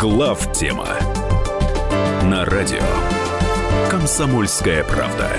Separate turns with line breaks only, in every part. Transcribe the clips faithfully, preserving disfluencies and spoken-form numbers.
Главтема на радио «Комсомольская правда».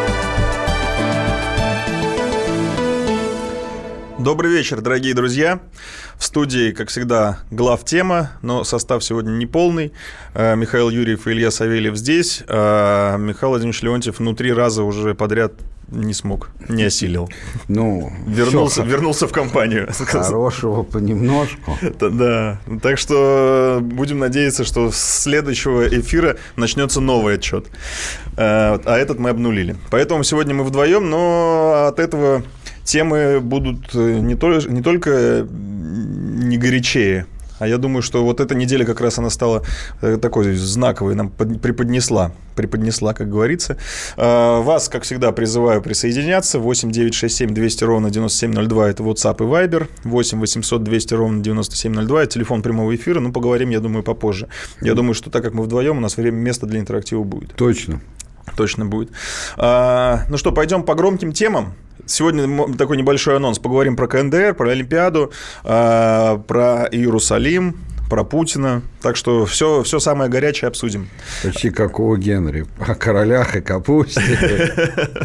Добрый вечер, дорогие друзья. В студии, как всегда, главтема, но состав сегодня не полный. Михаил Юрьев и Илья Савельев здесь. А Михаил Владимирович Леонтьев ну три раза уже подряд не смог, не осилил.
Ну,
вернулся, вернулся в компанию.
Хорошего понемножку.
Да, так что будем надеяться, что с следующего эфира начнется новый отчет. А этот мы обнулили. Поэтому сегодня мы вдвоем, но от этого темы будут не, то, не только не горячее, а я думаю, что вот эта неделя как раз она стала такой знаковой, нам преподнесла, преподнесла, как говорится. Вас, как всегда, призываю присоединяться. восемь девятьсот шестьдесят семь двести ровно девяносто семь ноль два – это WhatsApp и Viber. восемь восемьсот двести ровно девяносто семь ноль два – это телефон прямого эфира. Ну, поговорим, я думаю, попозже. Я думаю, что так как мы вдвоем, у нас время, место для интерактива будет.
Точно.
Точно будет. А, ну что, пойдем по громким темам. Сегодня такой небольшой анонс. Поговорим про ка эн дэ эр, про Олимпиаду, а, про Иерусалим, про Путина. Так что все, все самое горячее обсудим.
Почти как у Генри. О королях и капусте.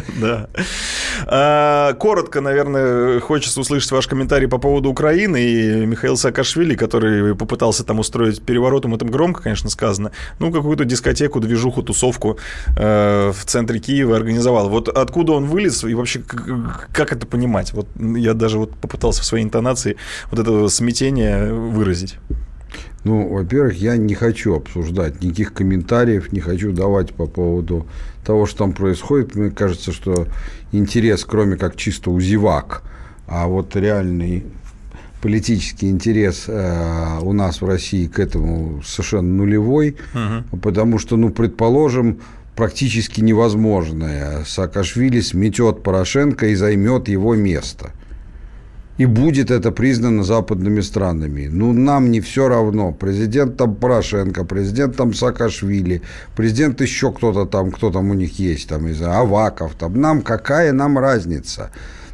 Да. Коротко, наверное, хочется услышать ваш комментарий по поводу Украины и Михаила Саакашвили, который попытался там устроить переворот. Ему там громко, конечно, сказано. Ну, какую-то дискотеку, движуху, тусовку в центре Киева организовал. Вот откуда он вылез и вообще как это понимать? Вот я даже вот попытался в своей интонации вот это смятение выразить.
Ну, во-первых, я не хочу обсуждать никаких комментариев, не хочу давать по поводу того, что там происходит. Мне кажется, что интерес, кроме как чисто у зевак, а вот реальный политический интерес э, у нас в России к этому совершенно нулевой, угу. Потому что, ну, предположим, практически невозможное. Саакашвили сметет Порошенко и займет его место. И будет это признано западными странами. Ну, нам не все равно. Президент там Порошенко, президент там Саакашвили, президент еще кто-то там, кто там у них есть, там, не знаю, Аваков. Там. Нам какая нам разница?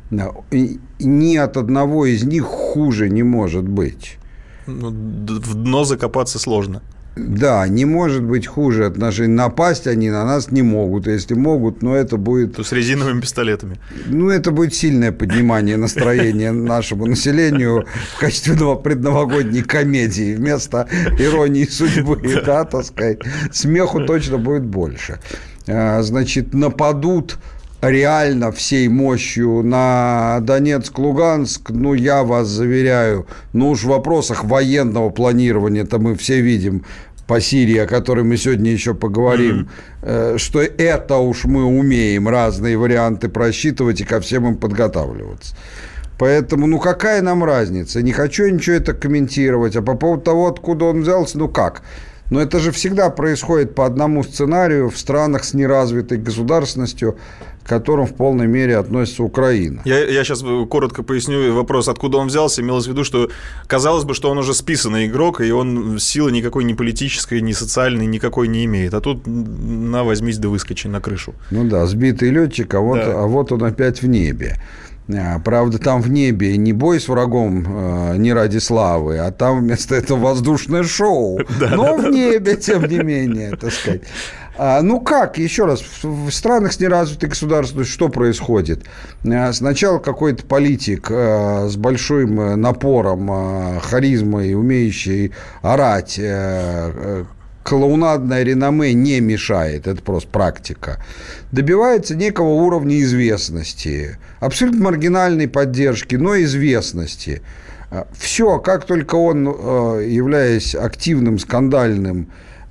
И ни от одного из них хуже не может быть.
Ну, в дно закопаться сложно.
Да, не может быть хуже отношений. Напасть они на нас не могут. Если могут, но это будет...
То с резиновыми пистолетами.
Ну, это будет сильное поднимание настроения нашему населению в качестве предновогодней комедии. Вместо иронии судьбы, да, так сказать, смеху точно будет больше. Значит, нападут реально всей мощью на Донецк, Луганск, ну, я вас заверяю, ну уж в вопросах военного планирования-то мы все видим по Сирии, о которой мы сегодня еще поговорим, mm-hmm. что это уж мы умеем разные варианты просчитывать и ко всем им подготавливаться. Поэтому, ну, какая нам разница? Не хочу ничего это комментировать. А по поводу того, откуда он взялся, ну, как? Но это же всегда происходит по одному сценарию в странах с неразвитой государственностью, к которым в полной мере относится Украина.
Я, я сейчас коротко поясню вопрос, откуда он взялся. Имелось в виду, что казалось бы, что он уже списанный игрок, и он силы никакой ни политической, ни социальной никакой не имеет. А тут на, возьмись да выскочи на крышу.
Ну да, сбитый летчик, а вот,
да.
а вот он опять в небе. Правда, там в небе не бой с врагом э, не ради славы, а там вместо этого воздушное шоу.
Да,
но
да,
в небе, тем не менее, так сказать. А, ну как, еще раз, в странах с неразвитой государственностью что происходит? Сначала какой-то политик э, с большим напором, э, харизмой, умеющий орать, э, клоунадное реноме не мешает, это просто практика, добивается некого уровня известности, абсолютно маргинальной поддержки, но известности. Все, как только он, являясь активным, скандальным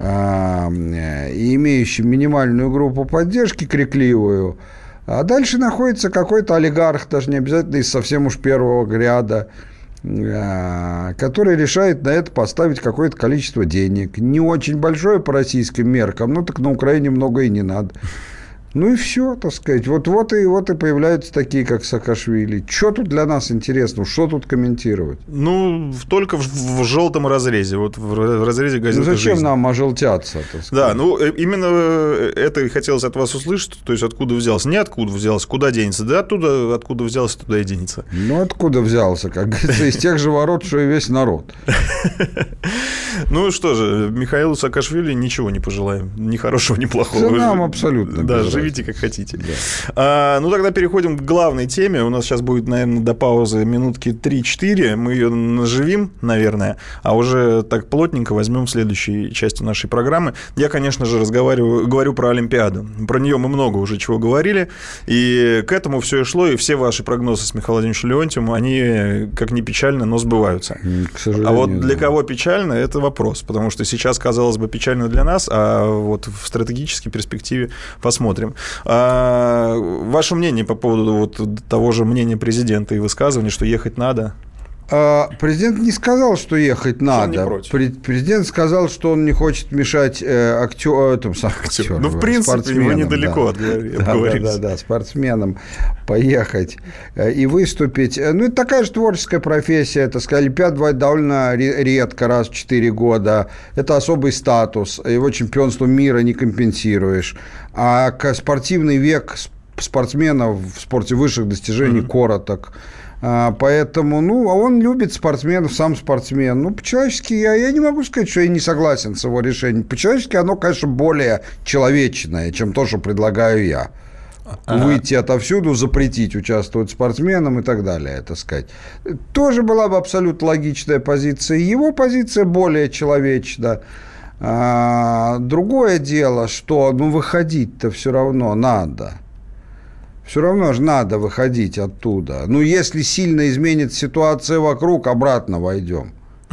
и имеющим минимальную группу поддержки, крикливую, а дальше находится какой-то олигарх, даже не обязательно из совсем уж первого ряда, который решает на это поставить какое-то количество денег. Не очень большое по российским меркам, но так на Украине много и не надо. Ну и все, так сказать. Вот, вот, и, вот и появляются такие, как Саакашвили. Что тут для нас интересно? Что тут комментировать?
Ну, только в, в желтом разрезе. Вот в разрезе газеты
«Жизнь». Ну, зачем
«Жизнь» нам
ожелтяться?
Да, ну, именно это и хотелось от вас услышать. То есть, откуда взялся? Не откуда взялся, куда денется. Да оттуда, откуда взялся, туда и денется.
Ну, откуда взялся? Как говорится, из тех же ворот, что и весь народ.
Ну что же, Михаилу Саакашвили ничего не пожелаем. Ни хорошего, ни плохого.
Да нам абсолютно.
Да, живите как хотите. Да. А, ну тогда переходим к главной теме. У нас сейчас будет, наверное, до паузы минутки три-четыре. Мы ее наживим, наверное, а уже так плотненько возьмем в следующей части нашей программы. Я, конечно же, разговариваю, говорю про Олимпиаду. Про нее мы много уже чего говорили. И к этому все и шло. И все ваши прогнозы с Михаилом Владимировичем Леонтьевым, они, как ни печально, но сбываются.
К сожалению,
а вот для
да.
кого печально, это вопрос. Потому что сейчас, казалось бы, печально для нас, а вот в стратегической перспективе посмотрим. А, ваше мнение по поводу вот того же мнения президента и высказывания, что ехать надо?
Президент не сказал, что ехать надо.
Он не против.
Президент сказал, что он не хочет мешать э, актеру, этому, актеру,
ну, в принципе, его недалеко
да.
отговорились.
Да, да, да, спортсменам поехать и выступить. Ну, это такая же творческая профессия. Так сказать, Олимпиада бывает довольно редко, раз в четыре года. Это особый статус. Его чемпионство мира не компенсируешь. А спортивный век спортсменов в спорте высших достижений mm-hmm. короток. Поэтому, ну, он любит спортсменов, сам спортсмен. Ну, по-человечески я, я не могу сказать, что я не согласен с его решением. По-человечески оно, конечно, более человечное, чем то, что предлагаю я. А-а-а. Выйти отовсюду, запретить участвовать спортсменам и так далее, так сказать. Тоже была бы абсолютно логичная позиция. Его позиция более человечна. А, другое дело, что, ну, выходить-то все равно надо. Все равно же надо выходить оттуда. Ну, если сильно изменится ситуация вокруг, обратно войдем.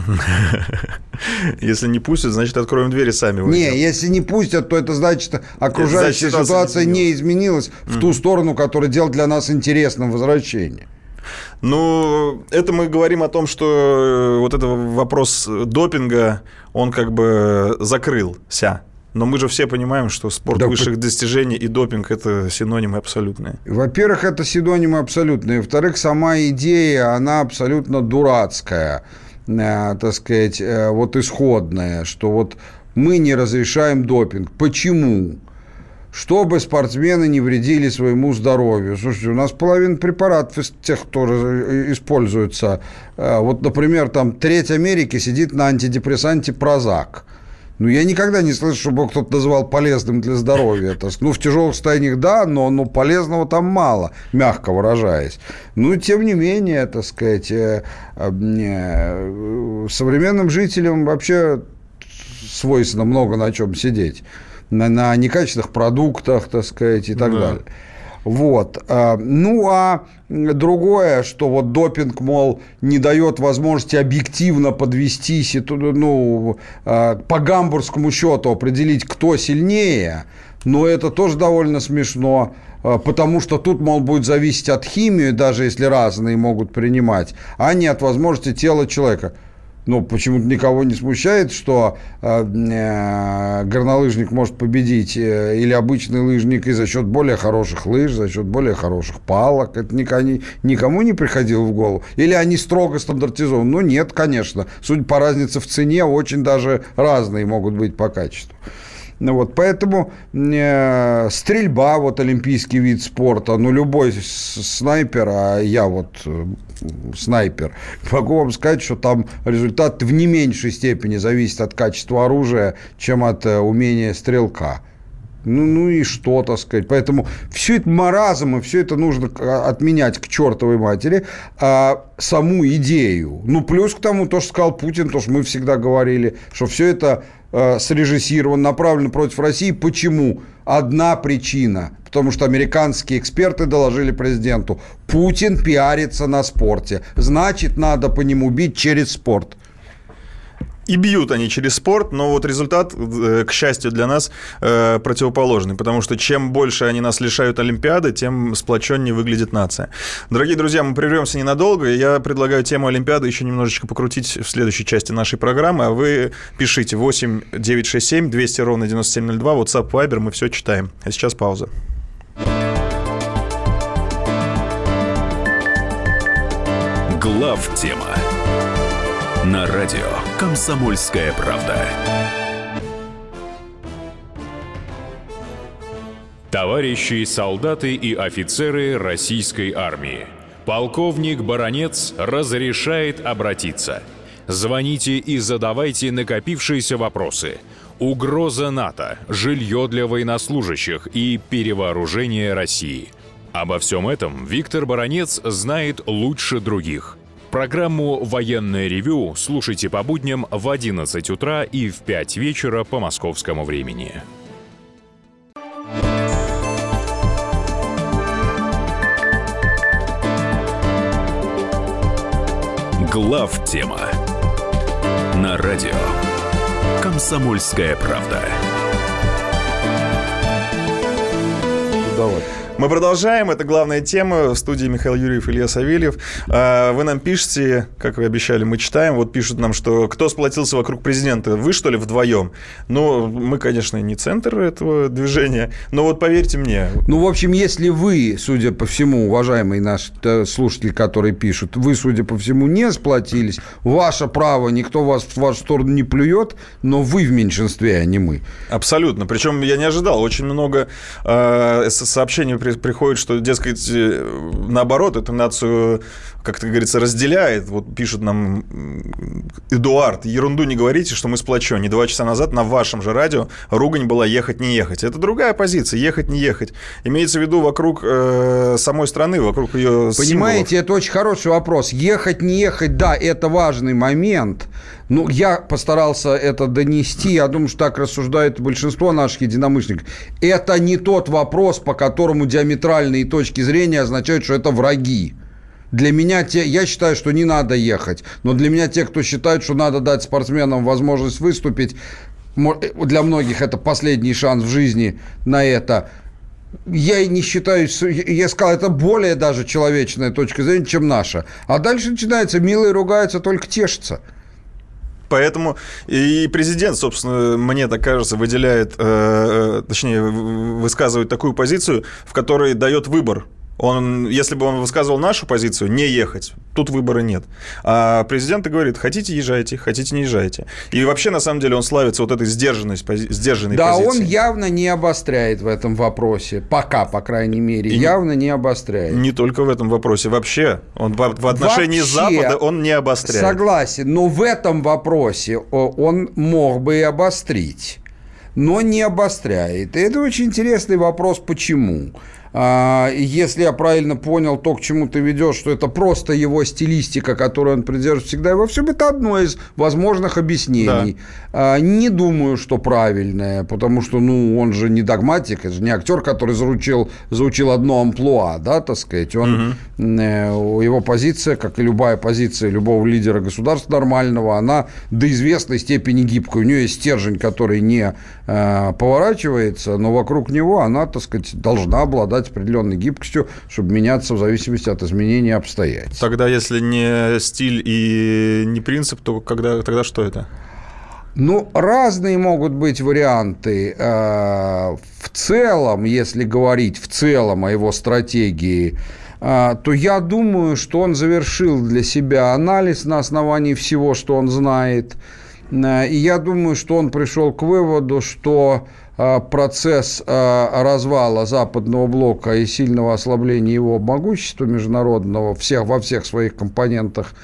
Если не пустят, значит, откроем двери, сами войдем.
Не, если не пустят, то это значит, окружающая значит, ситуация не изменилась, не изменилась в ту сторону, которая делает для нас интересным возвращение.
Ну, это мы говорим о том, что вот этот вопрос допинга, он как бы закрылся. Но мы же все понимаем, что спорт да, высших по... достижений и допинг – это синонимы абсолютные.
Во-первых, это синонимы абсолютные. Во-вторых, сама идея, она абсолютно дурацкая, э, так сказать, э, вот исходная, что вот мы не разрешаем допинг. Почему? Чтобы спортсмены не вредили своему здоровью. Слушайте, у нас половина препаратов из тех, которые используются. Э, вот, например, там треть Америки сидит на антидепрессанте Прозак. Ну, я никогда не слышал, чтобы кто-то называл полезным для здоровья. Это, ну, в тяжелых состояниях да, но, но полезного там мало, мягко выражаясь. Ну, тем не менее, так сказать, э, э, современным жителям вообще свойственно много на чем сидеть. На, на некачественных продуктах, так сказать, и так да. далее. Вот. Ну, а другое, что вот допинг, мол, не дает возможности объективно подвести, ну, по гамбургскому счету определить, кто сильнее, но это тоже довольно смешно, потому что тут, мол, будет зависеть от химии, даже если разные могут принимать, а не от возможности тела человека. Ну, почему-то никого не смущает, что э, э, горнолыжник может победить э, или обычный лыжник и за счет более хороших лыж, за счет более хороших палок. Это никому, никому не приходило в голову. Или они строго стандартизованы? Ну, нет, конечно. Судя по разнице в цене, очень даже разные могут быть по качеству. Ну, вот, поэтому э, стрельба, вот олимпийский вид спорта, ну, любой снайпер, а я вот э, снайпер, могу вам сказать, что там результат в не меньшей степени зависит от качества оружия, чем от э, умения стрелка. Ну, ну и что, так сказать. Поэтому все это маразм, и все это нужно отменять к чертовой матери. А саму идею, ну, плюс к тому, то, что сказал Путин, то, что мы всегда говорили, что все это э, срежиссировано, направлено против России. Почему? Одна причина. Потому что американские эксперты доложили президенту: Путин пиарится на спорте. Значит, надо по нему бить через спорт.
И бьют они через спорт, но вот результат, к счастью для нас, противоположный, потому что чем больше они нас лишают Олимпиады, тем сплоченнее выглядит нация. Дорогие друзья, мы прервемся ненадолго, я предлагаю тему Олимпиады еще немножечко покрутить в следующей части нашей программы, а вы пишите восемь девятьсот шестьдесят семь двести ровно девяносто семь ноль два, WhatsApp, Viber, мы все читаем. А сейчас пауза.
Главтема на радио «Комсомольская правда».
Товарищи солдаты и офицеры российской армии, полковник Баранец разрешает обратиться. Звоните и задавайте накопившиеся вопросы. Угроза НАТО, жилье для военнослужащих и перевооружение России. Обо всем этом Виктор Баранец знает лучше других. Программу «Военное ревю» слушайте по будням в одиннадцать утра и в пять вечера по московскому времени.
Главтема на радио «Комсомольская правда».
Давай.
Мы продолжаем. Это главная тема. В студии Михаил Юрьев, Илья Савельев. Вы нам пишете, как вы обещали, мы читаем. Вот пишут нам, что кто сплотился вокруг президента? Вы, что ли, вдвоем? Ну, мы, конечно, не центр этого движения, но вот поверьте мне.
Ну, в общем, если вы, судя по всему, уважаемые наши слушатели, которые пишут, вы, судя по всему, не сплотились, ваше право, никто вас в вашу сторону не плюет, но вы в меньшинстве, а не мы.
Абсолютно. Причем я не ожидал. Очень много э, сообщений приходит, что, дескать, наоборот, эту нацию, как это говорится, разделяет. Вот пишут нам: Эдуард, ерунду не говорите, что мы сплочены. Два часа назад на вашем же радио ругань была «ехать, не ехать». Это другая позиция, ехать, не ехать. Имеется в виду вокруг э, самой страны, вокруг ее
Понимаете,
символов.
это очень хороший вопрос. Ехать, не ехать, да, это важный момент. Ну, я постарался это донести. Я думаю, что так рассуждает большинство наших единомышленников. Это не тот вопрос, по которому диаметральные точки зрения означают, что это враги. Для меня, те, я считаю, что не надо ехать. Но для меня те, кто считают, что надо дать спортсменам возможность выступить, для многих это последний шанс в жизни на это. Я и не считаю, я сказал, это более даже человечная точка зрения, чем наша. А дальше начинается: милые ругаются, только тешатся.
Поэтому и президент, собственно, мне так кажется, выделяет, э, точнее, высказывает такую позицию, в которой дает выбор. Он, если бы он высказывал нашу позицию, не ехать, тут выбора нет. А президент говорит: хотите, езжайте, хотите, не езжайте. И вообще, на самом деле, он славится вот этой сдержанность, сдержанной
да,
позицией.
Да, он явно не обостряет в этом вопросе. Пока, по крайней мере, и явно не обостряет.
Не только в этом вопросе. Вообще, он в, в отношении вообще, Запада он не обостряет.
Согласен, но в этом вопросе он мог бы и обострить, но не обостряет. И это очень интересный вопрос, почему. Если я правильно понял то, к чему ты ведешь, что это просто его стилистика, которую он придерживается всегда и во всем, это одно из возможных объяснений. Да. Не думаю, что правильное, потому что, ну, он же не догматик, это же не актер, который заучил, заучил одно амплуа, да, так сказать. Он, угу. Его позиция, как и любая позиция любого лидера государства нормального, она до известной степени гибкая. У нее есть стержень, который не поворачивается, но вокруг него она, так сказать, должна обладать определенной гибкостью, чтобы меняться в зависимости от изменения обстоятельств.
Тогда, если не стиль и не принцип, то когда, тогда что это?
Ну, разные могут быть варианты. В целом, если говорить в целом о его стратегии, то я думаю, что он завершил для себя анализ на основании всего, что он знает. И я думаю, что он пришел к выводу, что процесс развала западного блока и сильного ослабления его могущества международного всех, во всех своих компонентах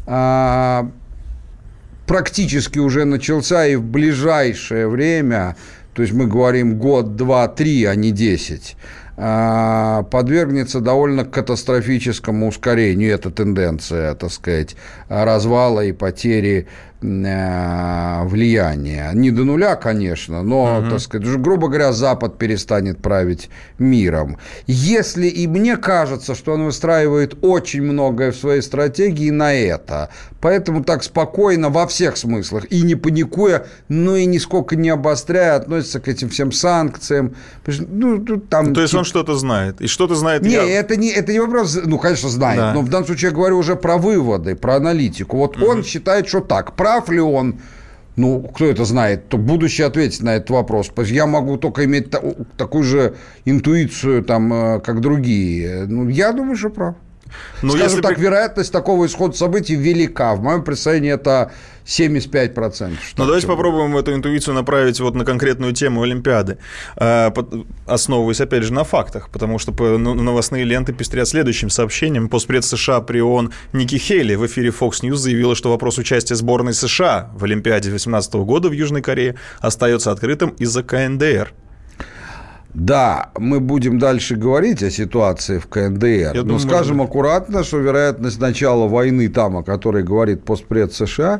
практически уже начался, и в ближайшее время, то есть мы говорим год, два, три, а не десять, подвергнется довольно катастрофическому ускорению. Эта тенденция, так сказать, развала и потери влияния. Не до нуля, конечно, но, угу. так сказать, грубо говоря, Запад перестанет править миром. Если и мне кажется, что он выстраивает очень многое в своей стратегии на это, поэтому так спокойно во всех смыслах и не паникуя, но и нисколько не обостряя, относится к этим всем санкциям. Ну, там,
то есть он что-то знает, и что-то знает.
Не,
я...
это не, это не вопрос, ну, конечно, знает, да. но в данном случае я говорю уже про выводы, про аналитику. Вот угу. он считает, что так. Прав ли он? Ну, кто это знает? То будущее ответит на этот вопрос. Я могу только иметь та- такую же интуицию, там, как другие. Ну, я думаю, что прав.
Ну,
Скажем
если
так,
при...
вероятность такого исхода событий велика. В моем представлении это семьдесят пять процентов.
Ну, давайте попробуем эту интуицию направить вот на конкретную тему Олимпиады, основываясь, опять же, на фактах, потому что новостные ленты пестрят следующим сообщением. Постпред США при ООН Ники Хейли в эфире Fox News заявила, что вопрос участия сборной США в Олимпиаде две тысячи восемнадцатого года в Южной Корее остается открытым из-за ка эн дэ эр.
Да, мы будем дальше говорить о ситуации в ка эн дэ эр,
Я
но
думаю,
скажем
может...
аккуратно, что вероятность начала войны там, о которой говорит постпред США,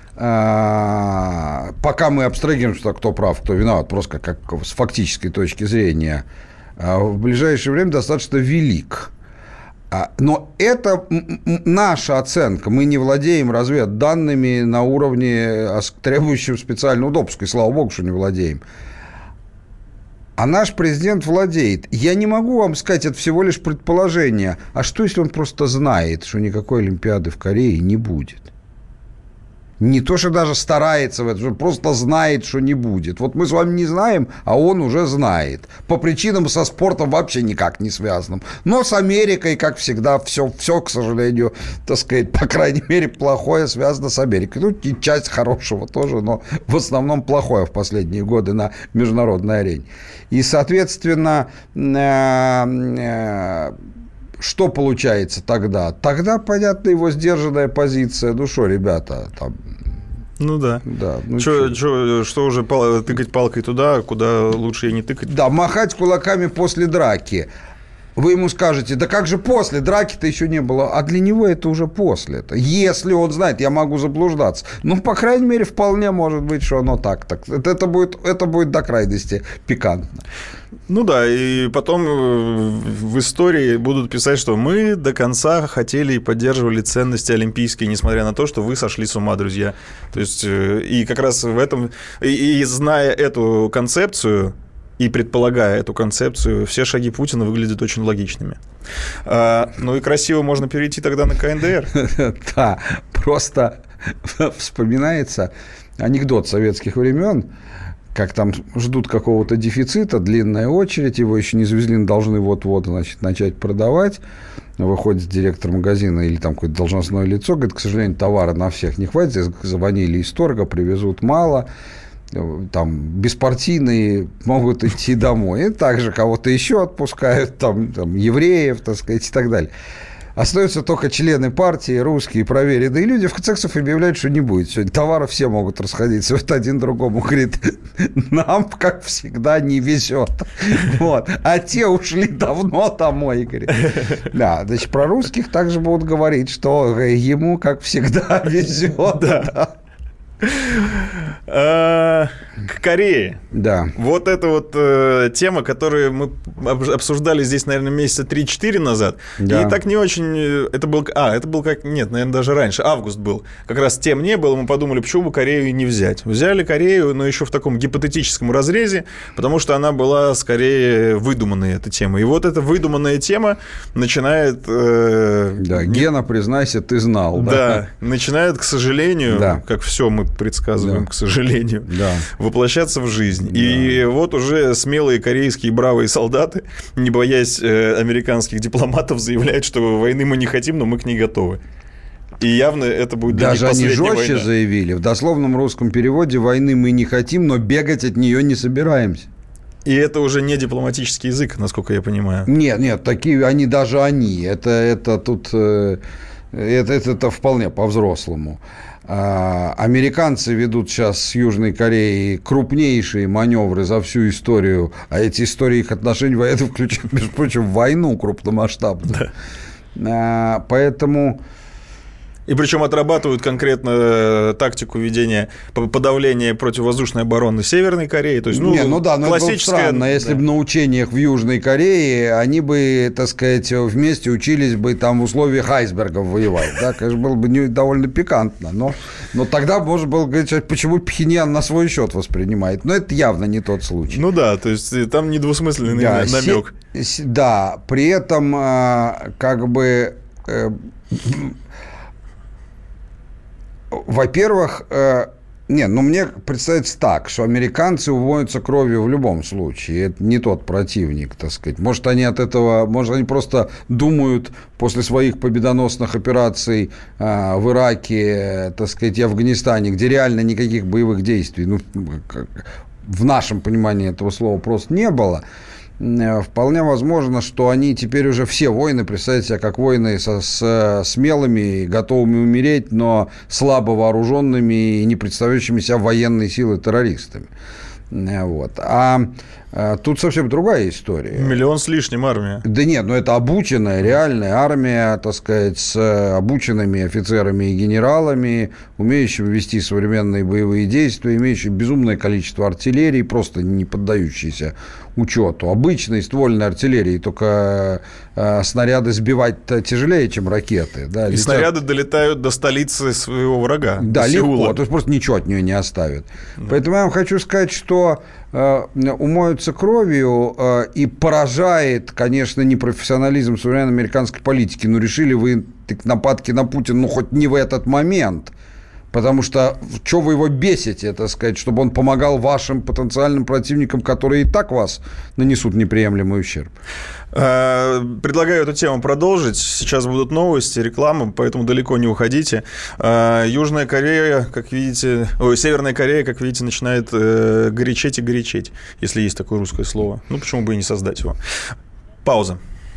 пока мы абстрагируем, что кто прав, кто виноват, просто как с фактической точки зрения, в ближайшее время достаточно велик. Но это наша оценка. Мы не владеем разведданными на уровне, требующем специального допуска. И слава богу, что не владеем. А наш президент владеет. Я не могу вам сказать, это всего лишь предположение. А что, если он просто знает, что никакой Олимпиады в Корее не будет? Не то, что даже старается в этом, просто знает, что не будет. Вот мы с вами не знаем, а он уже знает. По причинам со спортом вообще никак не связанным. Но с Америкой, как всегда, все, все, к сожалению, так сказать, по крайней мере, плохое связано с Америкой. Ну, и часть хорошего тоже, но в основном плохое в последние годы на международной арене. И, соответственно, что получается тогда? Тогда, понятно, его сдержанная позиция. Ну что, ребята, там...
Ну да.
да ну
чё, чё, что уже пал, тыкать палкой туда, куда лучше и не тыкать?
Да, махать кулаками после драки. Вы ему скажете, да как же после? Драки-то еще не было. А для него это уже после. -то. Если он знает, я могу заблуждаться. Ну, по крайней мере, вполне может быть, что оно так. так. Это, это, будет, это будет до крайности пикантно.
Ну да, и потом в истории будут писать, что мы до конца хотели и поддерживали ценности олимпийские, несмотря на то, что вы сошли с ума, друзья. То есть, и как раз в этом, и, и зная эту концепцию, и предполагая эту концепцию, все шаги Путина выглядят очень логичными. А, ну и красиво можно перейти тогда на ка эн дэ эр.
Да, просто вспоминается анекдот советских времен, как там ждут какого-то дефицита, длинная очередь, его еще не завезли, должны вот-вот, значит, начать продавать. Выходит директор магазина или там какое-то должностное лицо, говорит, к сожалению, товара на всех не хватит, звонили из торга, привезут мало. Там беспартийные могут идти домой. И также кого-то еще отпускают, там, там евреев, так сказать, и так далее. Остаются только члены партии, русские, проверенные люди. В конце концов объявляют, что не будет. Сегодня товары все могут расходиться. Вот один другому говорит, нам, как всегда, не везет. Вот. А те ушли давно домой, говорит. Да, значит, про русских также будут говорить, что ему, как всегда, везет. Да.
К Корее.
Да.
Вот это вот э, тема, которую мы обсуждали здесь, наверное, месяца три-четыре назад. Да. И так не очень... Это был... А, это был как... Нет, наверное, даже раньше. Август был. Как раз тем не было. Мы подумали, почему бы Корею не взять. Взяли Корею, но еще в таком гипотетическом разрезе, потому что она была скорее выдуманной, эта тема. И вот эта выдуманная тема начинает... Э,
да, Гена, признайся, ты знал.
Да,
да.
начинает, к сожалению, да. как все мы предсказываем, да. к сожалению, да. воплощаться в жизнь. Да. И вот уже смелые корейские бравые солдаты, не боясь э, американских дипломатов, заявляют, что войны мы не хотим, но мы к ней готовы. И явно это будет для
Даже
них
они
последняя
жестче
война.
заявили. В дословном русском переводе войны мы не хотим, но бегать от нее не собираемся.
И это уже не дипломатический язык, насколько я понимаю.
Нет, нет, такие они даже они. Это, это тут э, это, это, это вполне по-взрослому. Американцы ведут сейчас с Южной Кореей крупнейшие маневры за всю историю, а эти истории их отношений военных включают, между прочим, войну крупномасштабную. Да. Поэтому...
И причем отрабатывают конкретно тактику ведения подавления противовоздушной обороны Северной Кореи. То есть, ну,
Не, ну да, но классическая... это было странно. Если да. бы на учениях в Южной Корее они бы, так сказать, вместе учились бы там в условиях айсбергов воевать. Да, конечно, было бы не, довольно пикантно. Но, но тогда можно было говорить, почему Пхеньян на свой счет воспринимает. Но это явно не тот случай.
Ну да, то есть там недвусмысленный да, намек.
Се... Да, при этом как бы... Во-первых, Не, ну мне представится так, что американцы уводятся кровью в любом случае. Это не тот противник, так сказать. Может, они от этого, может, они просто думают после своих победоносных операций э, в Ираке, так сказать, и Афганистане, где реально никаких боевых действий, ну, в нашем понимании этого слова просто не было. Вполне возможно, что они теперь уже все войны представляют себя как войны со, с смелыми, готовыми умереть, но слабо вооруженными и не представляющими себя военной силы террористами. Вот. А, а тут совсем другая история.
Миллион с лишним армия.
Да нет, ну это обученная, реальная армия, так сказать, с обученными офицерами и генералами, умеющими вести современные боевые действия, имеющие безумное количество артиллерии, просто не поддающиеся учету. Обычной ствольной артиллерии, только э, снаряды сбивать тяжелее, чем ракеты. Да,
и
летят...
снаряды долетают до столицы своего врага.
Да, легко, то есть просто ничего от нее не оставят. Да. Поэтому я вам хочу сказать, что э, умоются кровью, э, и поражает, конечно, непрофессионализм современной американской политики. Ну, решили вы нападки на Путина, ну, хоть не в этот момент. Потому что, что вы его бесите, так сказать, чтобы он помогал вашим потенциальным противникам, которые и так вас нанесут неприемлемый ущерб?
Предлагаю эту тему продолжить. Сейчас будут новости, реклама, поэтому далеко не уходите. Южная Корея, как видите, ой, Северная Корея, как видите, начинает горячеть и горячеть, если есть такое русское слово. Ну, почему бы и не создать его? Пауза.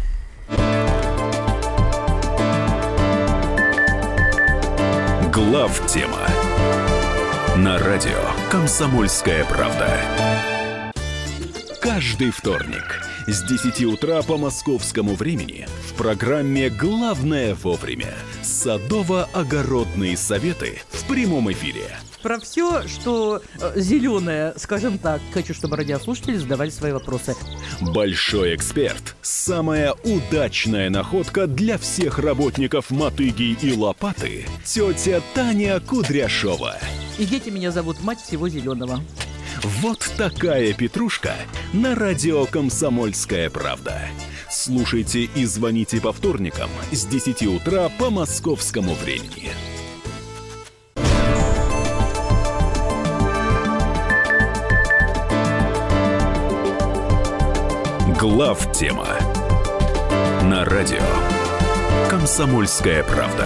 Главтема на радио «Комсомольская правда». Каждый вторник с десяти утра по московскому времени в программе «Главное вовремя» садово-огородные советы в прямом эфире.
Про все, что э, зеленое, скажем так. Хочу, чтобы радиослушатели задавали свои вопросы.
Большой эксперт. Самая удачная находка для всех работников мотыги и лопаты. Тетя Таня Кудряшова.
И дети меня зовут мать всего зеленого.
Вот такая петрушка на радио «Комсомольская правда». Слушайте и звоните по вторникам с десяти утра по московскому времени. Главтема на радио «Комсомольская правда».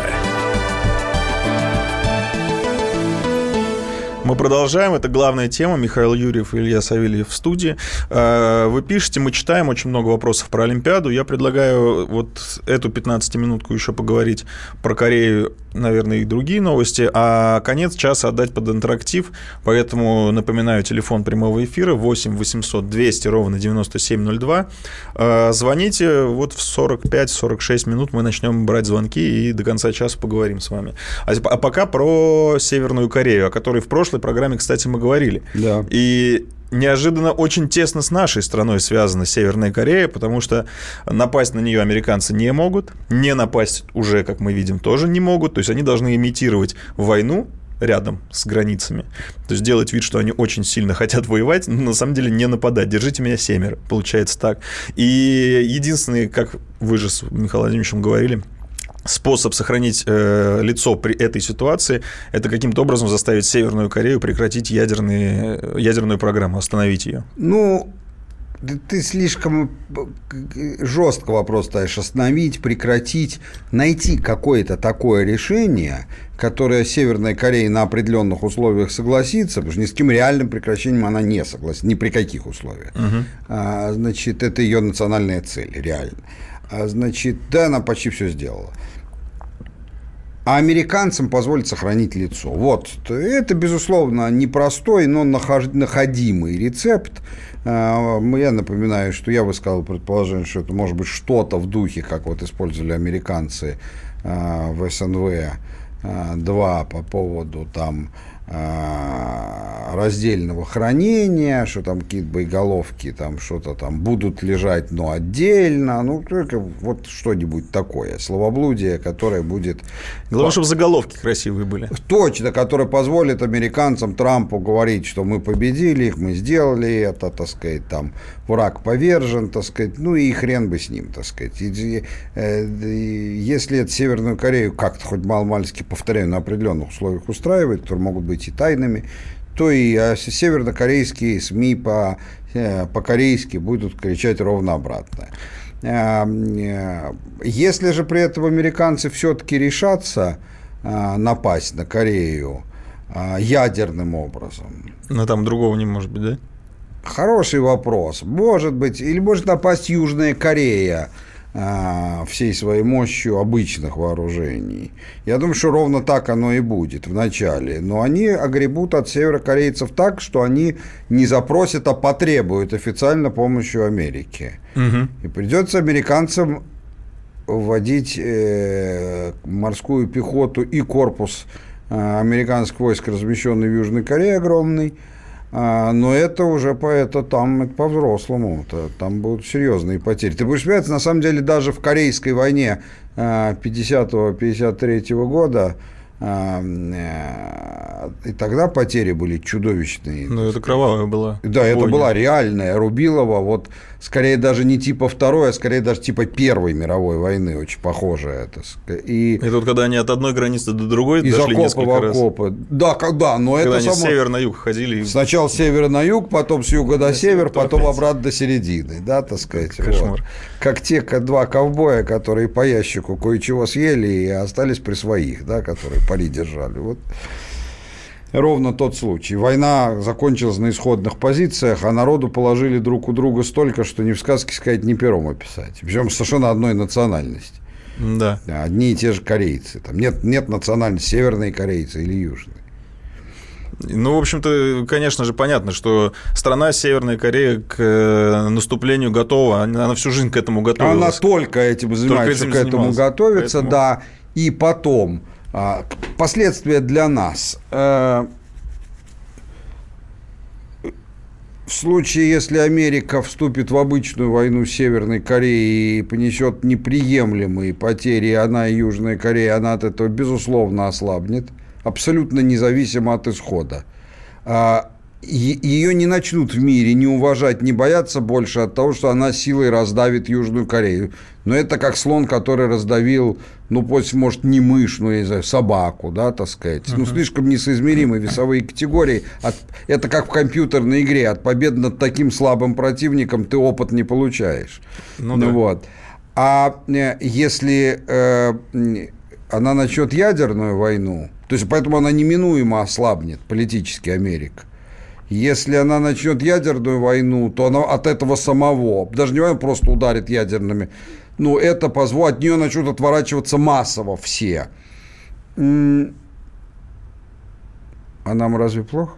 Мы продолжаем. Это главная тема. Михаил Юрьев и Илья Савельев в студии. Вы пишете, мы читаем очень много вопросов про Олимпиаду. Я предлагаю вот эту пятнадцатиминутку еще поговорить про Корею, наверное, и другие новости, а конец часа отдать под интерактив. Поэтому напоминаю, телефон прямого эфира восемь восемьсот двести ровно девяносто семь ноль два. Звоните, вот в сорок пять сорок шесть минут мы начнем брать звонки и до конца часа поговорим с вами. А пока про Северную Корею, о которой в прошлой программе, кстати, мы говорили.
Да.
И неожиданно очень тесно с нашей страной связана Северная Корея, потому что напасть на нее американцы не могут, не напасть уже, как мы видим, тоже не могут. То есть они должны имитировать войну рядом с границами. То есть делать вид, что они очень сильно хотят воевать, но на самом деле не нападать. Держите меня семеро. Получается так. И единственный, как вы же с Михаилом Владимировичем говорили, способ сохранить э, лицо при этой ситуации – это каким-то образом заставить Северную Корею прекратить ядерные, ядерную программу, остановить ее.
Ну, ты слишком жестко вопрос ставишь. Остановить, прекратить, найти какое-то такое решение, которое Северная Корея на определенных условиях согласится, потому что ни с каким реальным прекращением она не согласится, ни при каких условиях. Угу. А, значит, это ее национальная цель, реально. А, значит, да, она почти все сделала. А американцам позволит сохранить лицо. Вот. Это, безусловно, непростой, но находимый рецепт. Я напоминаю, что я высказал предположение, что это может быть что-то в духе, как вот использовали американцы в эс эн вэ два по поводу там раздельного хранения, что там какие-то боеголовки там что-то там будут лежать, но отдельно, ну, только вот что-нибудь такое, словоблудие, которое будет...
Главное, чтобы заголовки красивые были.
Точно, которое позволит американцам, Трампу говорить, что мы победили их, мы сделали это, так сказать, там, враг повержен, так сказать, ну, и хрен бы с ним, так сказать. И, и, если это Северную Корею как-то хоть мало-мальски, повторяю, на определенных условиях устраивает, которые могут быть быть и тайными, то и севернокорейские СМИ по, по-корейски будут кричать ровно обратное. Если же при этом американцы все-таки решатся напасть на Корею ядерным образом...
Но там другого не может быть, да?
Хороший вопрос. Может быть, или может напасть Южная Корея всей своей мощью обычных вооружений. Я думаю, что ровно так оно и будет в начале. Но они огребут от северокорейцев так, что они не запросят, а потребуют официально помощи Америки. Угу. И придется американцам вводить э, морскую пехоту и корпус э, американских войск, размещенный в Южной Корее, огромный. Но это уже по, это, там, это по-взрослому, это, там будут серьезные потери. Ты будешь смеяться, на самом деле, даже в Корейской войне пятидесятого — пятьдесят третьего года, и тогда потери были чудовищные.
Ну, это кровавая была.
Да, бойня. Это была реальная, Рубилова, вот скорее даже не типа Второй, а скорее даже типа Первой мировой войны, очень похожая это. И
это вот когда они от одной границы до другой
из
дошли
окопа
несколько
в окопы.
раз.
Да, когда, но
когда
это
они
само...
с севера на юг ходили.
Сначала с севера на юг, потом с юга до севера, потом опять обратно до середины, да, так сказать.
Кошмар.
Вот. Как те два ковбоя, которые по ящику кое-чего съели и остались при своих, да, которые пари держали. Вот. Ровно тот случай. Война закончилась на исходных позициях, а народу положили друг у друга столько, что ни в сказке сказать, ни пером описать. Причем совершенно одной национальности.
Да.
Одни и те же корейцы. Там нет, нет национальности северные корейцы или южные.
Ну, в общем-то, конечно же, понятно, что страна Северная Корея к наступлению готова. Она всю жизнь к этому готовилась.
Она только этим занимается, только этим к этому готовится, поэтому... да. И потом... Последствия для нас. В случае, если Америка вступит в обычную войну с Северной Кореей и понесет неприемлемые потери, она и Южная Корея, она от этого, безусловно, ослабнет, абсолютно независимо от исхода. Ее не начнут в мире не уважать, не бояться больше от того, что она силой раздавит Южную Корею. Но это как слон, который раздавил, ну, пусть, может, не мышь, но, я не знаю, собаку, да, так сказать. Uh-huh. Ну, слишком несоизмеримые весовые категории. От, это как в компьютерной игре. От победы над таким слабым противником ты опыт не получаешь. Ну, ну да. Вот. А если э, она начнет ядерную войну, то есть, поэтому она неминуемо ослабнет политически Америка. Если она начнет ядерную войну, то она от этого самого, даже не войну, просто ударит ядерными, ну, это позволит, от нее начнут отворачиваться массово все. А нам разве плохо?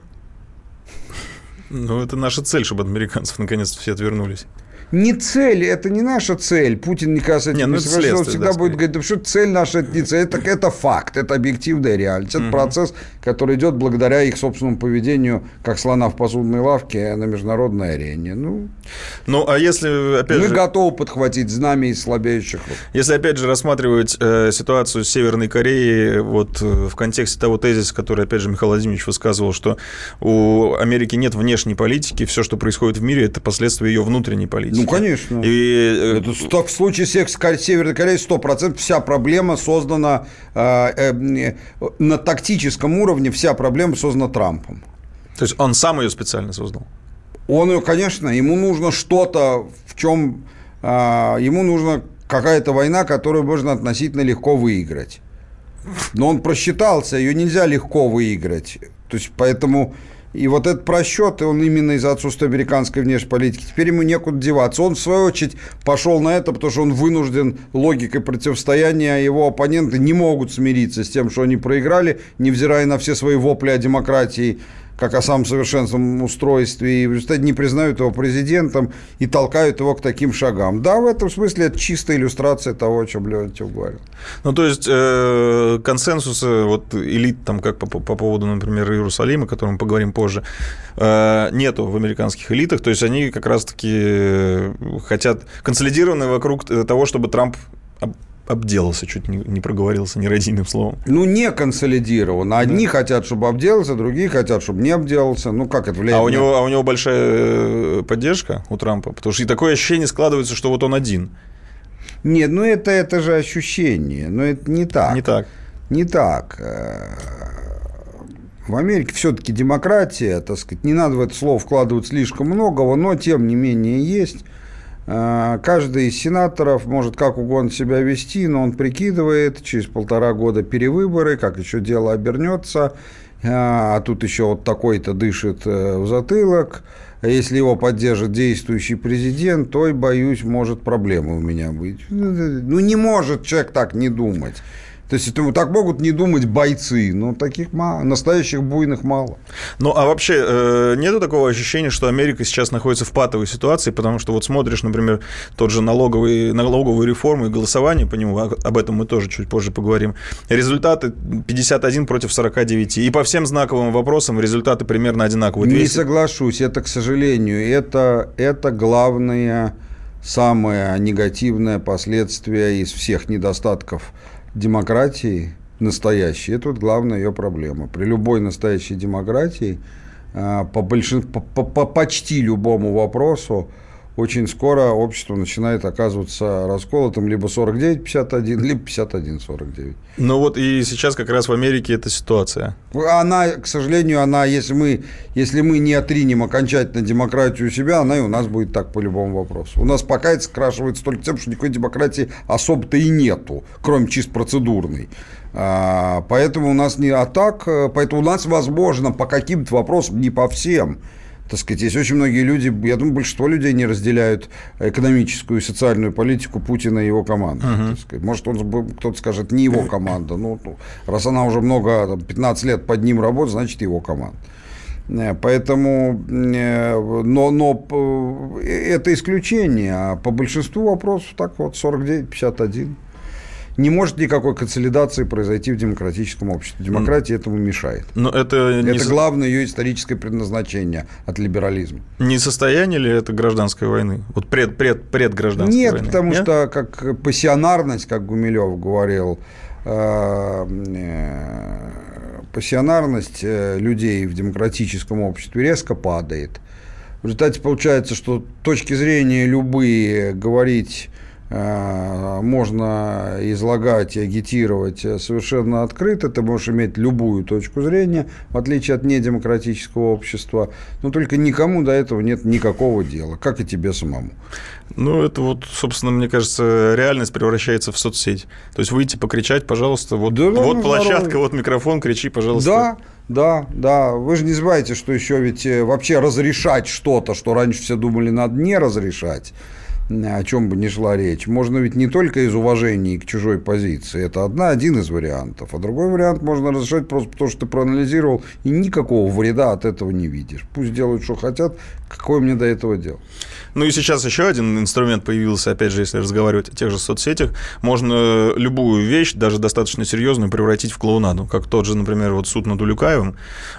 Ну, это наша цель, чтобы от американцев наконец-то все отвернулись.
Не цель, это не наша цель. Путин никогда с этим не, ну, не согласен. Он всегда да, будет говорить, да, что цель наша, это не цель, это, это факт, это объективная реальность. Это угу. процесс, который идет благодаря их собственному поведению, как слона в посудной лавке на международной арене. Ну,
ну а если, опять
мы
же...
готовы подхватить знамя из слабеющих рук.
Если, опять же, рассматривать э, ситуацию с Северной Кореей вот, э, в контексте того тезиса, который, опять же, Михаил Владимирович высказывал, что у Америки нет внешней политики, все, что происходит в мире, это последствия ее внутренней политики.
Ну, конечно. И... Это, в случае с Северной Кореей сто процентов вся проблема создана э, э, на тактическом уровне, вся проблема создана Трампом.
То есть он сам ее специально создал?
Он ее, конечно, ему нужно что-то, в чем э, ему нужна какая-то война, которую можно относительно легко выиграть. Но он просчитался, ее нельзя легко выиграть. То есть поэтому... И вот этот просчет, он именно из-за отсутствия американской внешней политики. Теперь ему некуда деваться. Он, в свою очередь, пошел на это, потому что он вынужден логикой противостояния. Его оппоненты не могут смириться с тем, что они проиграли, невзирая на все свои вопли о демократии, как о самом совершенном устройстве, и в результате не признают его президентом и толкают его к таким шагам. Да, в этом смысле это чистая иллюстрация того, о чем Леонтьев говорил.
Ну, то есть, э, консенсуса вот, элит, там, как по, по поводу, например, Иерусалима, о котором мы поговорим позже, э, нету в американских элитах, то есть, они как раз-таки хотят консолидированы вокруг того, чтобы Трамп обделался, чуть не, не проговорился нерадийным словом.
Ну, не консолидирован. Одни да. хотят, чтобы обделался, другие хотят, чтобы не обделался. Ну, как это влияет?
А у, него, а у него большая поддержка у Трампа? Потому что и такое ощущение складывается, что вот он один.
Нет, ну, это, это же ощущение. Но это не так.
Не так.
Не так. В Америке все-таки демократия, так сказать, не надо в это слово вкладывать слишком многого, но тем не менее есть. Каждый из сенаторов может как угодно себя вести, но он прикидывает, через полтора года перевыборы, как еще дело обернется, а тут еще вот такой-то дышит в затылок. Если его поддержит действующий президент, то, боюсь, может проблема у меня быть. Ну, не может человек так не думать. То есть, это так могут не думать бойцы, но таких мало, настоящих буйных мало.
Ну, а вообще, э, нету такого ощущения, что Америка сейчас находится в патовой ситуации, потому что вот смотришь, например, тот же налоговый, налоговую реформу и голосование по нему, об этом мы тоже чуть позже поговорим, результаты пятьдесят один против сорок девять, и по всем знаковым вопросам результаты примерно одинаковые.
Не соглашусь, это, к сожалению, это, это главное, самое негативное последствие из всех недостатков демократии настоящей, это вот главная ее проблема. При любой настоящей демократии по, большин... по, по, по почти любому вопросу очень скоро общество начинает оказываться расколотым либо сорок девять пятьдесят один, либо пятьдесят один сорок девять.
Ну вот и сейчас как раз в Америке эта ситуация.
Она, к сожалению, она, если мы, если мы не отринем окончательно демократию у себя, она и у нас будет так по любому вопросу. У нас пока это скрашивается только тем, что никакой демократии особо-то и нету, кроме чисто процедурной. А, поэтому у нас не а так, поэтому у нас, возможно, по каким-то вопросам, не по всем, так сказать, есть очень многие люди, я думаю, большинство людей не разделяют экономическую и социальную политику Путина и его команды. Uh-huh. Так сказать. Может, он, кто-то скажет, не его команда. Ну, раз она уже много, пятнадцать лет под ним работает, значит, его команда. Поэтому, но, но это исключение. А по большинству вопросов так вот сорок девять пятьдесят один. Не может никакой консолидации произойти в демократическом обществе. Демократия этому мешает.
Но это не
это
со...
главное ее историческое предназначение от либерализма.
Не состояние ли это гражданской войны? Вот пред, пред, предгражданской
Нет,
войны?
потому
Нет?
что как пассионарность, как Гумилев говорил, пассионарность людей в демократическом обществе резко падает. В результате получается, что точки зрения любые говорить можно излагать и агитировать совершенно открыто, ты можешь иметь любую точку зрения, в отличие от недемократического общества, но только никому до этого нет никакого дела, как и тебе самому.
Ну, это вот, собственно, мне кажется, реальность превращается в соцсеть. То есть выйти покричать, пожалуйста, вот, да, вот ну, площадка, здорово. Вот микрофон, кричи, пожалуйста.
Да, да, да. Вы же не забывайте, что еще ведь вообще разрешать что-то, что раньше все думали, надо не разрешать, о чем бы ни шла речь, можно ведь не только из уважения к чужой позиции, это одна, один из вариантов, а другой вариант можно разрешать просто потому, что ты проанализировал и никакого вреда от этого не видишь. Пусть делают, что хотят, какое мне до этого дело.
Ну и сейчас еще один инструмент появился, опять же, если разговаривать о тех же соцсетях, можно любую вещь, даже достаточно серьезную, превратить в клоунаду, как тот же, например, вот суд над Улюкаевым.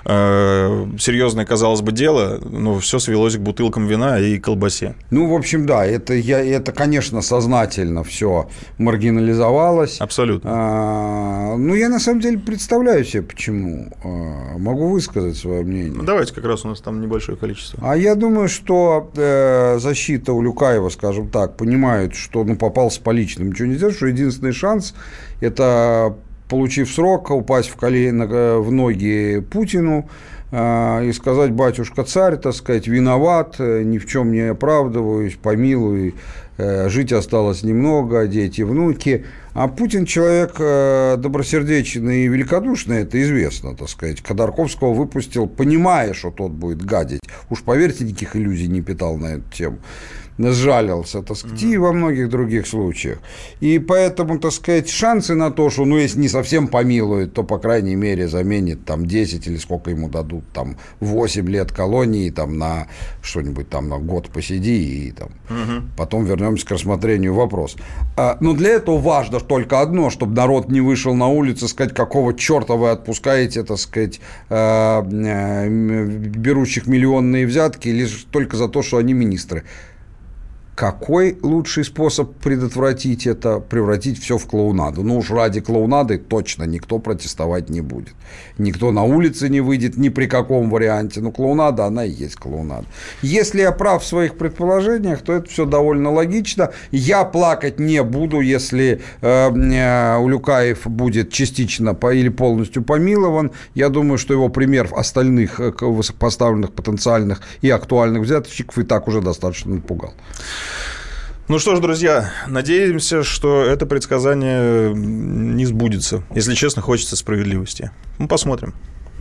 Серьезное, казалось бы, дело, но все свелось к бутылкам вина и колбасе.
Ну, в общем, да, это, я, это конечно, сознательно все маргинализовалось.
Абсолютно.
А, ну, я на самом деле представляю себе, почему. А, могу высказать свое мнение.
Ну, давайте, как раз у нас там небольшое количество.
А я думаю, что э, защита Улюкаева, скажем так, понимает, что ну, попал с поличным, ничего не сделать, что единственный шанс – это, получив срок, упасть в колено, в ноги Путину э, и сказать: батюшка царь, так сказать, виноват, ни в чем не оправдываюсь, помилуй, э, жить осталось немного, дети, внуки. А Путин человек э, добросердечный и великодушный, это известно, так сказать. Ходорковского выпустил, понимая, что тот будет гадить. Уж поверьте, никаких иллюзий не питал на эту тему. Сжалился, так сказать, и во многих других случаях. И поэтому, так сказать, шансы на то, что, ну, если не совсем помилует, то, по крайней мере, заменит там десять или сколько ему дадут, там, восемь лет колонии, там, на что-нибудь там на год посиди, и там, угу. Потом вернемся к рассмотрению вопроса. А, но для этого важно только одно, чтобы народ не вышел на улицу, сказать, какого черта вы отпускаете, так сказать, берущих миллионные взятки лишь только за то, что они министры. Какой лучший способ предотвратить это? Превратить все в клоунаду. Ну уж ради клоунады точно никто протестовать не будет. Никто на улице не выйдет ни при каком варианте. Ну, клоунада, она и есть клоунада. Если я прав в своих предположениях, то это все довольно логично. Я плакать не буду, если э, Улюкаев будет частично по, или полностью помилован. Я думаю, что его пример остальных высокопоставленных потенциальных и актуальных взяточников и так уже достаточно напугал.
Ну что ж, друзья, надеемся, что это предсказание не сбудется. Если честно, хочется справедливости. Ну, посмотрим.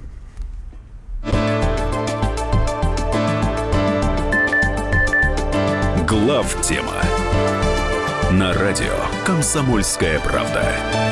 Главтема на радио «Комсомольская правда».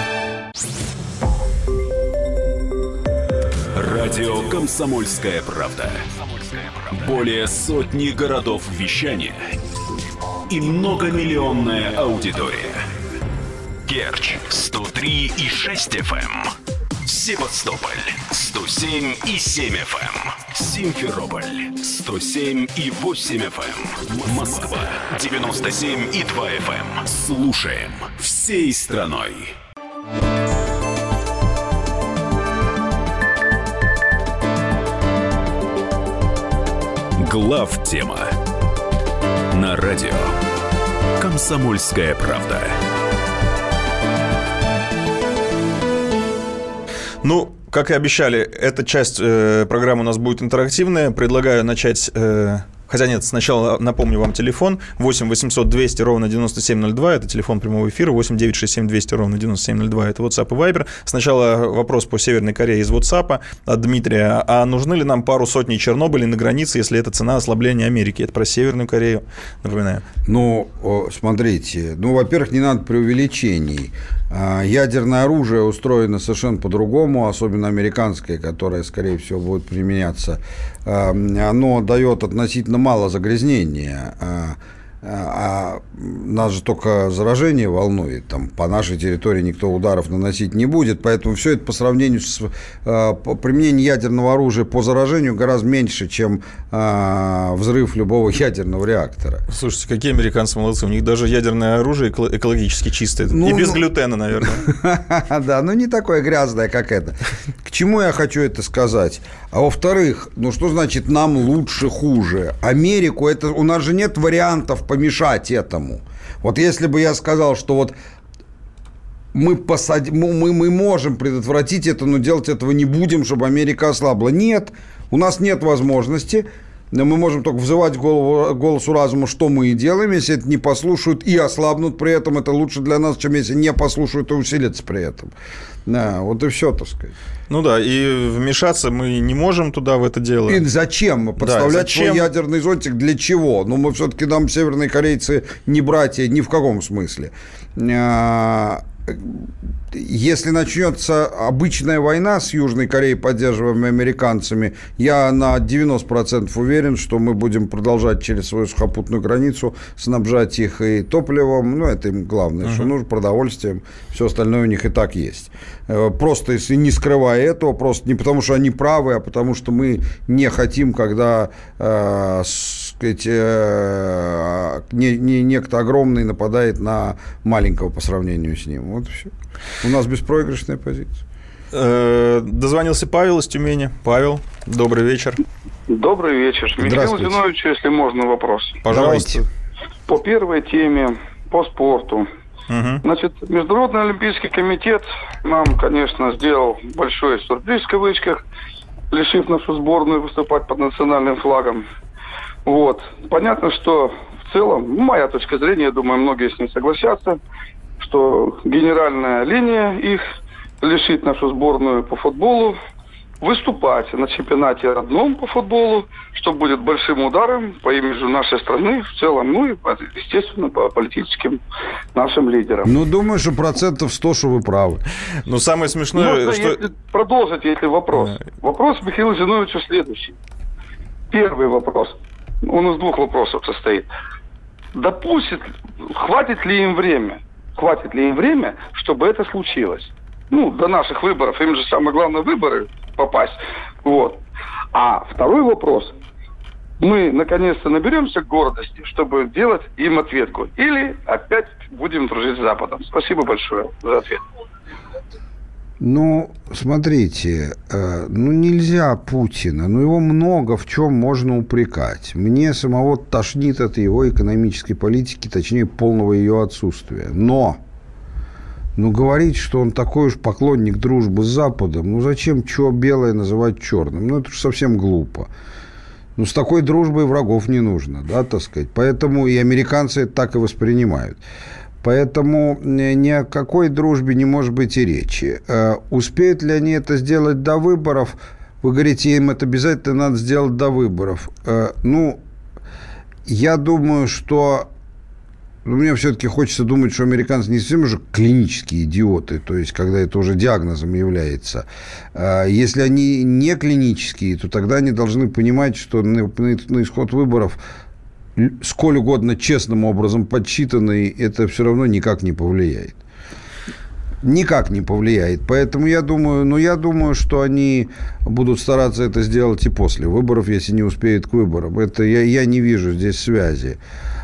Радио «Комсомольская правда». Более сотни городов вещания и многомиллионная аудитория. Керчь сто три и шесть эф эм, Севастополь сто семь и семь эф эм, Симферополь сто семь и восемь эф эм, Москва девяносто семь и два эф эм. Слушаем всей страной. Главтема на радио «Комсомольская правда».
Ну, как и обещали, эта часть э, программы у нас будет интерактивная. Предлагаю начать... Э, хотя нет, сначала напомню вам телефон. восемь восемьсот двести ровно девяносто семь ноль два. Это телефон прямого эфира. восемь девятьсот шестьдесят семь двести ровно девяносто семь ноль два. Это WhatsApp и Viber. Сначала вопрос по Северной Корее из WhatsApp от Дмитрия. А нужны ли нам пару сотней Чернобылей на границе, если это цена ослабления Америки? Это про Северную Корею, напоминаю.
Ну, смотрите. Ну, во-первых, не надо преувеличений. Ядерное оружие устроено совершенно по-другому, особенно американское, которое, скорее всего, будет применяться. Оно дает относительно мало загрязнения, а нас же только заражение волнует, там по нашей территории никто ударов наносить не будет, поэтому все это по сравнению с применением ядерного оружия по заражению гораздо меньше, чем взрыв любого ядерного реактора.
Слушайте, какие американцы молодцы, у них даже ядерное оружие экологически чистое, ну, и без ну... глютена, наверное.
Да, но не такое грязное, как это. К чему я хочу это сказать? А во-вторых, ну что значит нам лучше, хуже? Америку, это у нас же нет вариантов помешать этому. Вот если бы я сказал, что вот мы, посадим, мы, мы можем предотвратить это, но делать этого не будем, чтобы Америка ослабла. Нет, у нас нет возможности. Мы можем только взывать голову, голосу разума, что мы и делаем. Если это не послушают и ослабнут при этом, это лучше для нас, чем если не послушают и усилятся при этом. Да, вот и все, так сказать.
Ну да, и вмешаться мы не можем туда в это дело.
И зачем? Подставлять да, зачем? Свой ядерный зонтик для чего? Ну, мы все-таки, нам северные корейцы не братья ни в каком смысле. Если начнется обычная война с Южной Кореей, поддерживаемой американцами, я на девяносто процентов уверен, что мы будем продолжать через свою сухопутную границу снабжать их и топливом, ну, это им главное, uh-huh. что нужно, продовольствием, все остальное у них и так есть. Просто, если не скрывая этого, просто не потому, что они правы, а потому, что мы не хотим, когда, э, сказать, э, не, не, некто огромный нападает на маленького по сравнению с ним. Вот и все. У нас беспроигрышная позиция.
Дозвонился Павел из Тюмени. Павел, добрый вечер.
Добрый вечер. Михаил Зинович, если можно, вопрос.
Пожалуйста.
Давайте. По первой теме, по спорту.
Угу.
Значит, Международный олимпийский комитет нам, конечно, сделал большой сюрприз в кавычках, лишив нашу сборную выступать под национальным флагом. Вот. Понятно, что в целом, моя точка зрения, я думаю, многие с ним согласятся, что генеральная линия их лишит нашу сборную по футболу выступать на чемпионате родном по футболу, что будет большим ударом по имиджу нашей страны в целом, ну и, естественно, по политическим нашим лидерам.
Ну, думаю, что процентов сто, что вы правы.
Но самое смешное,
Можно,
что...
если продолжить, если вопрос. Да. Вопрос Михаилу Зиновичу следующий. Первый вопрос. Он из двух вопросов состоит. Допустит, хватит ли им время, хватит ли им время, чтобы это случилось? Ну, до наших выборов, им же самое главное выборы попасть. Вот. А второй вопрос. мы наконец-то наберемся гордости, чтобы делать им ответку. Или опять будем дружить с Западом. Спасибо большое за ответ.
Ну, смотрите, э, ну нельзя Путина, ну его много в чем можно упрекать. Мне самого тошнит от его экономической политики, точнее, полного ее отсутствия. Но, ну говорить, что он такой уж поклонник дружбы с Западом, ну зачем что белое называть черным? Ну это уж совсем глупо. Ну с такой дружбой врагов не нужно, да, так сказать. Поэтому и американцы это так и воспринимают. Поэтому ни о какой дружбе не может быть и речи. Успеют ли они это сделать до выборов? Вы говорите, им это обязательно надо сделать до выборов. Ну, я думаю, что... Ну, мне все-таки хочется думать, что американцы не совсем уже клинические идиоты, то есть, когда это уже диагнозом является. Если они не клинические, то тогда они должны понимать, что на, на исход выборов... сколь угодно честным образом подсчитанный, это все равно никак не повлияет. Никак не повлияет. Поэтому я думаю, ну, я думаю, что они будут стараться это сделать и после выборов, если не успеют к выборам. Это я, я не вижу здесь связи.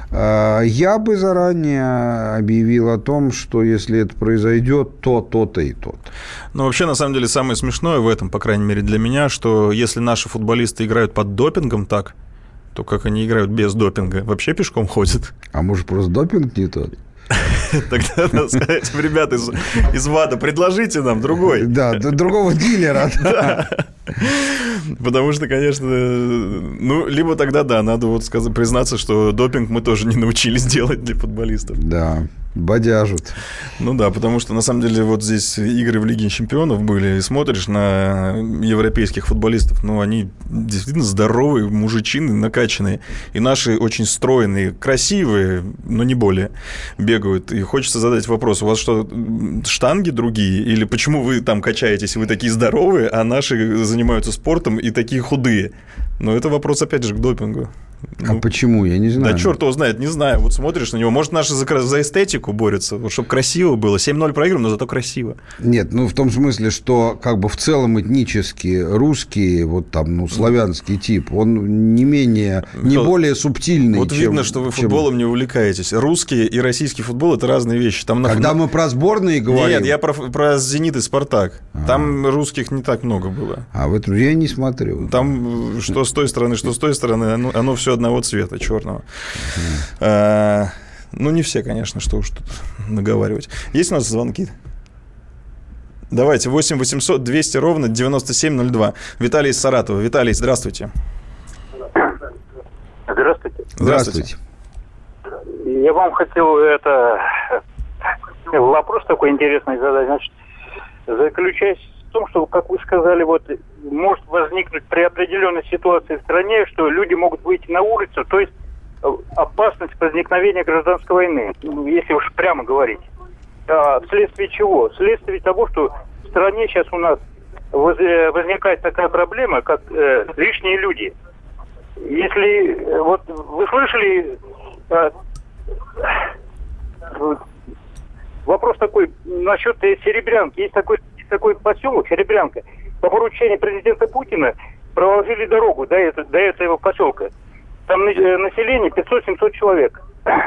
Я бы заранее объявил о том, что если это произойдет, то то-то и то-то.
Ну, вообще, на самом деле, самое смешное в этом, по крайней мере для меня, что если наши футболисты играют под допингом так, то как они играют без допинга? Вообще пешком ходят?
А может, просто допинг не тот?
Тогда надо сказать, ребят из, из ВАДА, предложите нам другой.
Да, другого дилера.
Да. Потому что, конечно, ну, либо тогда, да, надо вот сказать, признаться, что допинг мы тоже не научились делать для футболистов.
Да, бодяжут.
Ну да, потому что, на самом деле, вот здесь игры в Лиге чемпионов были, и смотришь на европейских футболистов, ну, они действительно здоровые, мужичины, накачанные, и наши очень стройные, красивые, но не более, бегают. И хочется задать вопрос, у вас что, штанги другие? Или почему вы там качаетесь, вы такие здоровые, а наши занимаются спортом и такие худые? Но это вопрос, опять же, к допингу.
А ну, почему? Я не знаю.
Да черт его знает, не знаю. Вот смотришь на него. Может, наши за, за эстетику борются, вот, чтобы красиво было. семь ноль проиграем, но зато красиво.
Нет, ну в том смысле, что как бы в целом этнически русский, вот там, ну, славянский тип, он не менее, не Михаил, более субтильный,
вот
чем...
Вот видно, что вы футболом чем... не увлекаетесь. Русский и российский футбол – это разные вещи. Там
Когда
на...
мы про сборные говорим...
Нет, я про, про «Зенит» и «Спартак». А-а-а. Там русских не так много было.
А в этом я не смотрю.
Там что с той стороны, что с той стороны, оно, оно все одного цвета, черного. А, ну, не все, конечно, что уж тут наговаривать. Есть у нас звонки? Давайте, восемь восемьсот двести ровно девяносто семь ноль два. Виталий из Саратова. Виталий, здравствуйте.
Здравствуйте.
Здравствуйте.
Я вам хотел это вопрос такой интересный задать. Значит, заключаясь в том, что, как вы сказали, вот может возникнуть при определенной ситуации в стране, что люди могут выйти на улицу, то есть опасность возникновения гражданской войны, если уж прямо говорить. А вследствие чего? Вследствие того, что в стране сейчас у нас возникает такая проблема, как э, лишние люди. Если вот вы слышали, э, вопрос такой насчет Серебрянки. Есть такой, есть такой поселок Серебрянка. По поручению президента Путина проложили дорогу до этого, до этого поселка. Там население пятьсот-семьсот человек.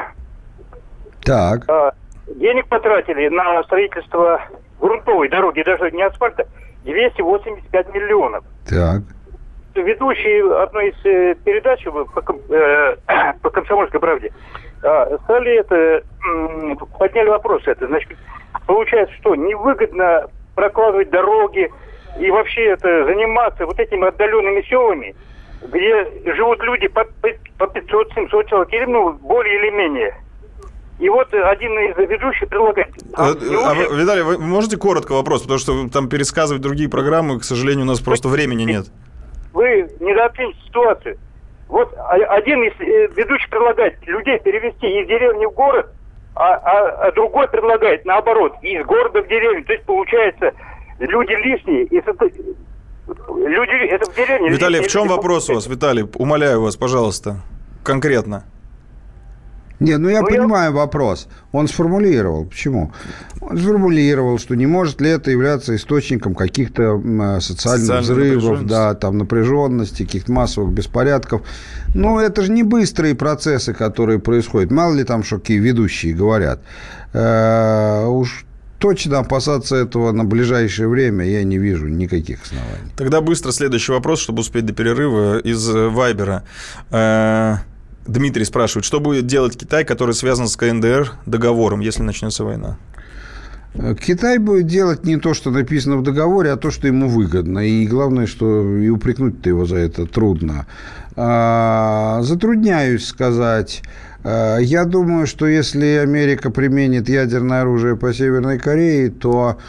Так.
А, денег потратили на строительство грунтовой дороги, даже не асфальта, двести восемьдесят пять миллионов.
Так.
Ведущий одной из э, передач по, э, по «Комсомольской правде» э, стали это, э, подняли вопрос это. Значит, получается, что невыгодно прокладывать дороги и вообще это заниматься вот этими отдаленными селами, где живут люди по, по пятьсот-семьсот человек, или, ну, более или менее. И вот один из ведущих предлагает...
А, а вы, Виталий, вы можете коротко вопрос, потому что там пересказывать другие программы, к сожалению, у нас просто времени нет.
Вы недооцените ситуацию. Вот один из ведущих предлагает людей перевести из деревни в город, а, а, а другой предлагает наоборот, из города в деревню. То есть получается, люди лишние, и люди, это в деревне.
Виталий,
лишние,
в чем
люди,
вопрос у вас, Виталий? Умоляю вас, пожалуйста, конкретно.
Не, ну я
Ну,
понимаю я... вопрос. Он сформулировал. Почему? Он сформулировал, что не может ли это являться источником каких-то социальных
Социальной
взрывов, да, там, напряженности, каких-то массовых беспорядков. Но это же не быстрые процессы, которые происходят. Мало ли там, что какие ведущие говорят. Э-э- уж точно опасаться этого на ближайшее время я не вижу никаких оснований.
Тогда быстро следующий вопрос, чтобы успеть до перерыва, из Вайбера. Дмитрий спрашивает, что будет делать Китай, который связан с ка эн дэ эр договором, если начнется война?
Китай будет делать не то, что написано в договоре, а то, что ему выгодно. И главное, что и упрекнуть-то его за это трудно. Затрудняюсь сказать. Я думаю, что если Америка применит ядерное оружие по Северной Корее, то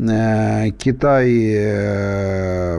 Китай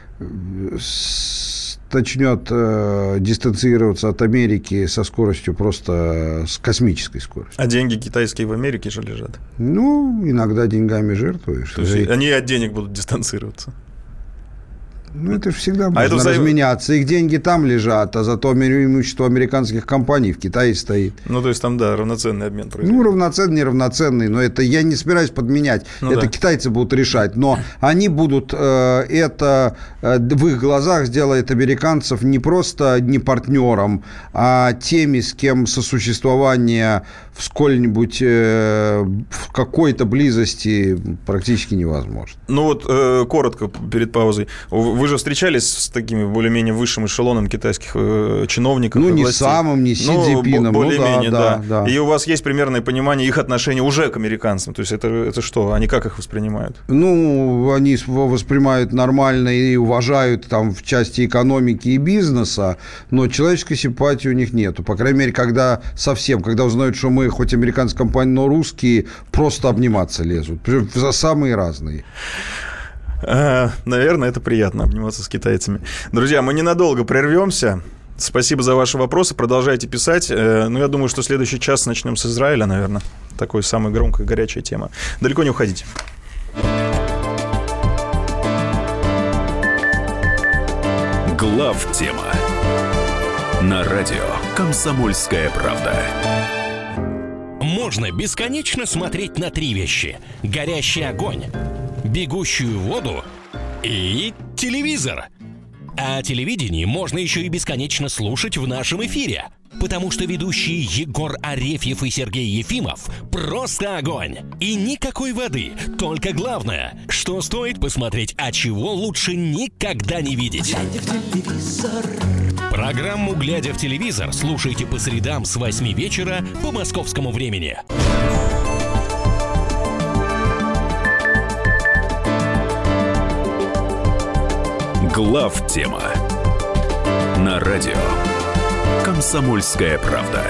начнет э, дистанцироваться от Америки со скоростью просто с космической скоростью.
А деньги китайские в Америке же лежат?
Ну, иногда деньгами жертвуешь.
То есть они от денег будут дистанцироваться?
Ну, это же всегда
а
можно
взаим...
разменяться. Их деньги там лежат, а зато имущество американских компаний в Китае стоит.
Ну, то есть там, да, равноценный обмен происходит.
Ну, равноценный, неравноценный. Но это я не собираюсь подменять. Ну, это да. Китайцы будут решать. Но они будут... Э, это э, в их глазах сделает американцев не просто не партнером, а теми, с кем сосуществование в сколь-нибудь э, в какой-то близости практически невозможно.
Ну, вот э, коротко перед паузой. Вы же встречались с такими более-менее высшим эшелоном китайских э, чиновников?
Ну, не властей. Самым, не Си Цзиньпином.
Ну, более-менее,
ну, да,
да,
да,
да. И у вас есть примерное понимание их отношения уже к американцам? То есть это, это что? Они как их воспринимают?
Ну, они воспринимают нормально и уважают там в части экономики и бизнеса, но человеческой симпатии у них нету. По крайней мере, когда совсем, когда узнают, что мы хоть американская компания, но русские, просто обниматься лезут. За самые разные.
Наверное, это приятно обниматься с китайцами. Друзья, мы ненадолго прервемся. Спасибо за ваши вопросы. Продолжайте писать. Ну, я думаю, что следующий час начнем с Израиля, наверное. Такой самая громкая, горячая тема. Далеко не уходите.
Главтема на радио «Комсомольская правда».
Можно бесконечно смотреть на три вещи: горящий огонь, бегущую воду и телевизор. А о телевидении можно еще и бесконечно слушать в нашем эфире, потому что ведущие Егор Арефьев и Сергей Ефимов просто огонь. И никакой воды, только главное, что стоит посмотреть, а чего лучше никогда не видеть. Программу «Глядя в телевизор» слушайте по средам с восьми вечера по московскому времени.
Главтема на радио «Комсомольская правда».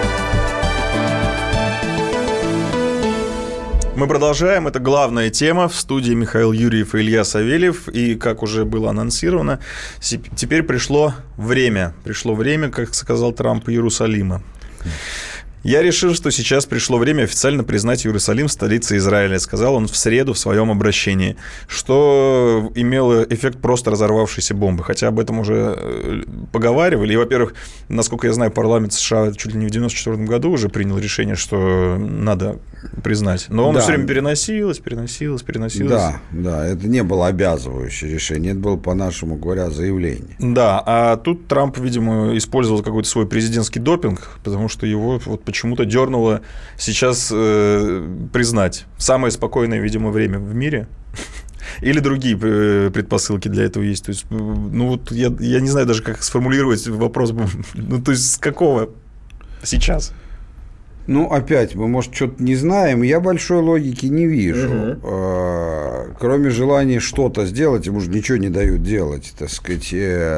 Мы продолжаем. Это главная тема. В студии Михаил Юрьев и Илья Савельев. И, как уже было анонсировано, теперь пришло время. Пришло время, как сказал Трамп, Иерусалима. Я решил, что сейчас пришло время официально признать Иерусалим столицей Израиля, сказал он в среду в своем обращении, что имело эффект просто разорвавшейся бомбы, хотя об этом уже поговаривали. И, во-первых, насколько я знаю, парламент США чуть ли не в девяносто четвёртом году уже принял решение, что надо признать. Но он да. все время переносилось, переносилось, переносилось.
Да, да, это не было обязывающее решение, это было, по-нашему говоря, заявление.
Да, а тут Трамп, видимо, использовал какой-то свой президентский допинг, потому что его вот почему-то дернуло сейчас э, признать самое спокойное, видимо, время в мире. Или другие предпосылки для этого есть. То есть, ну вот я, я не знаю даже, как сформулировать вопрос. Ну, то есть, с какого сейчас?
Ну, опять, мы, может, что-то не знаем. Я большой логики не вижу. Uh-huh. Кроме желания что-то сделать, ему же ничего не дают делать, так сказать.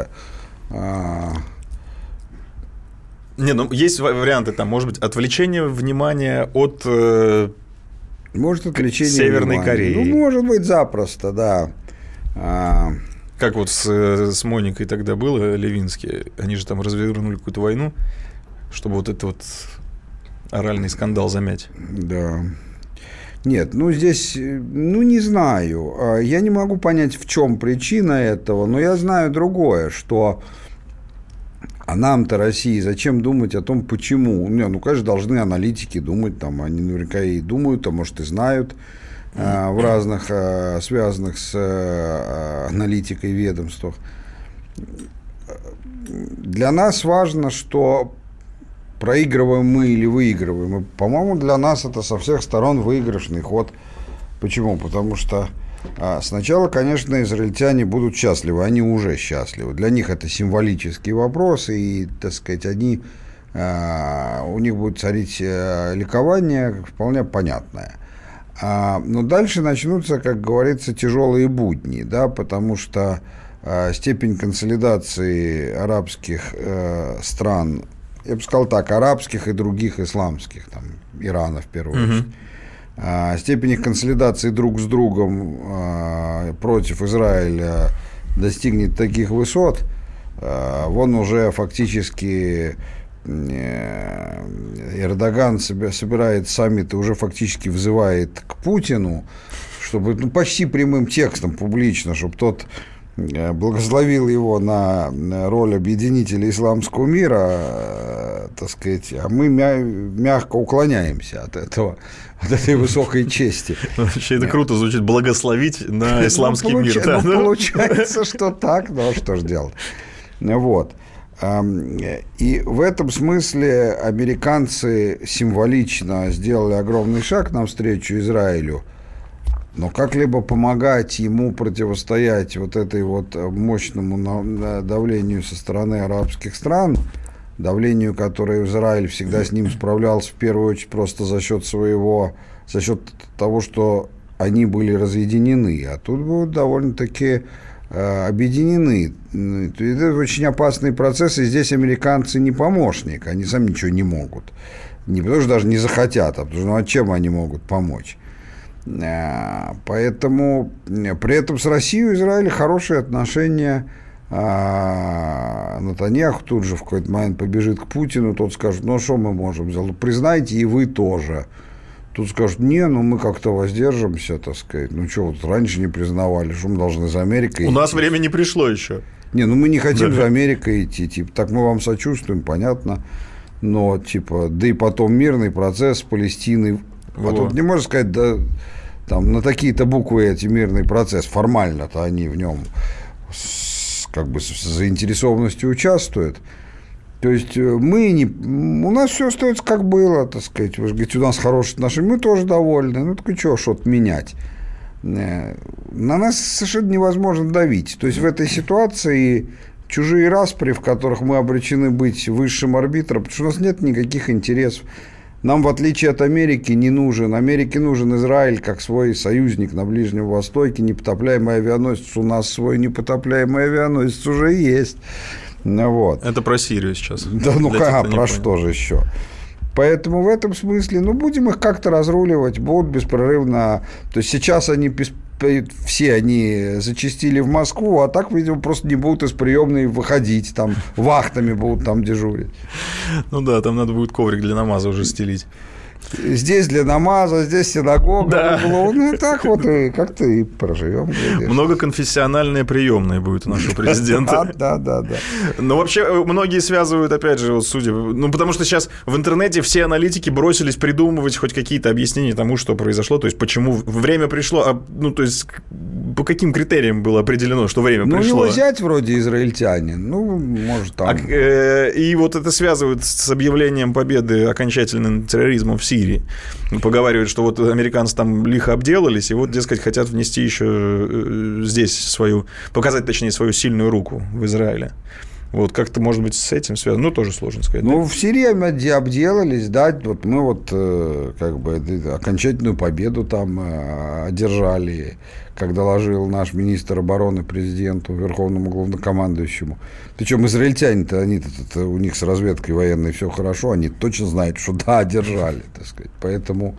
Не, ну, есть варианты, там, может быть, отвлечение внимания от э,
может, отвлечение
Северной
внимания.
Кореи.
Ну, может быть, запросто, да. А...
Как вот с, с Моникой тогда было, Левински, они же там развернули какую-то войну, чтобы вот этот вот оральный скандал замять.
Да. Нет, ну здесь, ну не знаю. Я не могу понять, в чем причина этого, но я знаю другое, что А нам-то, России, зачем думать о том, почему? Не, ну, конечно, должны аналитики думать, там, они наверняка и думают, а может, и знают а, в разных, а, связанных с а, аналитикой ведомствах. Для нас важно, что проигрываем мы или выигрываем. И, по-моему, для нас это со всех сторон выигрышный ход. Почему? Потому что а, сначала, конечно, израильтяне будут счастливы, они уже счастливы. Для них это символический вопрос, и, так сказать, они, а, у них будет царить а, ликование вполне понятное. А, но дальше начнутся, как говорится, тяжелые будни, да, потому что а, степень консолидации арабских а, стран, я бы сказал так, арабских и других исламских, там, Ирана в первую очередь, uh-huh. степень их консолидации друг с другом а, против Израиля достигнет таких высот, а, вон уже фактически Эрдоган собирает саммит и уже фактически взывает к Путину, чтобы, ну, почти прямым текстом публично, чтобы тот благословил его на роль объединителя исламского мира, так сказать, а мы мя- мягко уклоняемся от этого, от этой высокой чести.
Вообще это круто звучит, благословить на исламский
ну,
мир.
Получ...
Да,
ну,
да?
Получается, что так, но что ж делать. Вот. И в этом смысле американцы символично сделали огромный шаг навстречу Израилю. Но как-либо помогать ему противостоять вот этой вот мощному давлению со стороны арабских стран, давлению, которое Израиль всегда с ним справлялся в первую очередь просто за счет своего, за счет того, что они были разъединены, а тут будут довольно-таки э, объединены. Это очень опасный процесс, и здесь американцы не помощник, они сами ничего не могут. Не потому что даже не захотят, а потому что ну, а чем они могут помочь? Поэтому при этом с Россией у Израиля хорошие отношения. Нетаньяху тут же в какой-то момент побежит к Путину, тот скажет, ну что мы можем сделать, признайте и вы тоже. Тут скажут, не, ну мы как-то воздержимся, так сказать, ну что, вот раньше не признавали, что мы должны за Америкой идти.
У нас время не пришло еще.
Не, ну мы не хотим да. за Америкой идти, типа, так мы вам сочувствуем, понятно, но типа, да и потом мирный процесс с Палестиной. А тут не можно сказать, да, там на такие-то буквы эти мирный процесс, формально-то они в нем с, как бы с заинтересованностью участвуют. То есть мы не, у нас все остается как было, так сказать. Вы же говорите, у нас хорошие отношения, мы тоже довольны. Ну так и что, что-то менять? На нас совершенно невозможно давить. То есть в этой ситуации чужие распри, в которых мы обречены быть высшим арбитром, потому что у нас нет никаких интересов. Нам, в отличие от Америки, не нужен. Америке нужен Израиль как свой союзник на Ближнем Востоке, непотопляемый авианосец. У нас свой непотопляемый авианосец уже есть. Вот.
Это про Сирию сейчас.
Да, ну как, про что же еще? Поэтому в этом смысле, ну, будем их как-то разруливать, будут беспрерывно. То есть сейчас они без... все они зачастили в Москву, а так, видимо, просто не будут из приемной выходить, там вахтами будут там дежурить.
Ну да, там надо будет коврик для намаза уже стелить.
Здесь для намаза, здесь синагога.
Да.
Ну и так вот и как-то и проживем. Глядишь.
Многоконфессиональная приемная будет у нашего президента.
Да, да, да.
Но вообще многие связывают, опять же, вот судя... Ну, потому что сейчас в интернете все аналитики бросились придумывать хоть какие-то объяснения тому, что произошло, то есть почему время пришло, а, ну, то есть по каким критериям было определено, что время
ну,
пришло?
Ну, его зять вроде израильтянин, ну, может, там...
А, э, и вот это связывают с объявлением победы окончательным над терроризмом в Сирии. Поговаривают, что вот американцы там лихо обделались, и вот, дескать, хотят внести еще здесь свою, показать, точнее, свою сильную руку в Израиле. Вот как-то, может быть, с этим связано, ну, тоже сложно сказать.
Ну,
да?
в Сирии обделались, да, вот мы вот как бы окончательную победу там одержали, как доложил наш министр обороны президенту, верховному главнокомандующему. Причем израильтяне-то, они-то, у них с разведкой военной все хорошо, они точно знают, что да, одержали, так сказать, поэтому...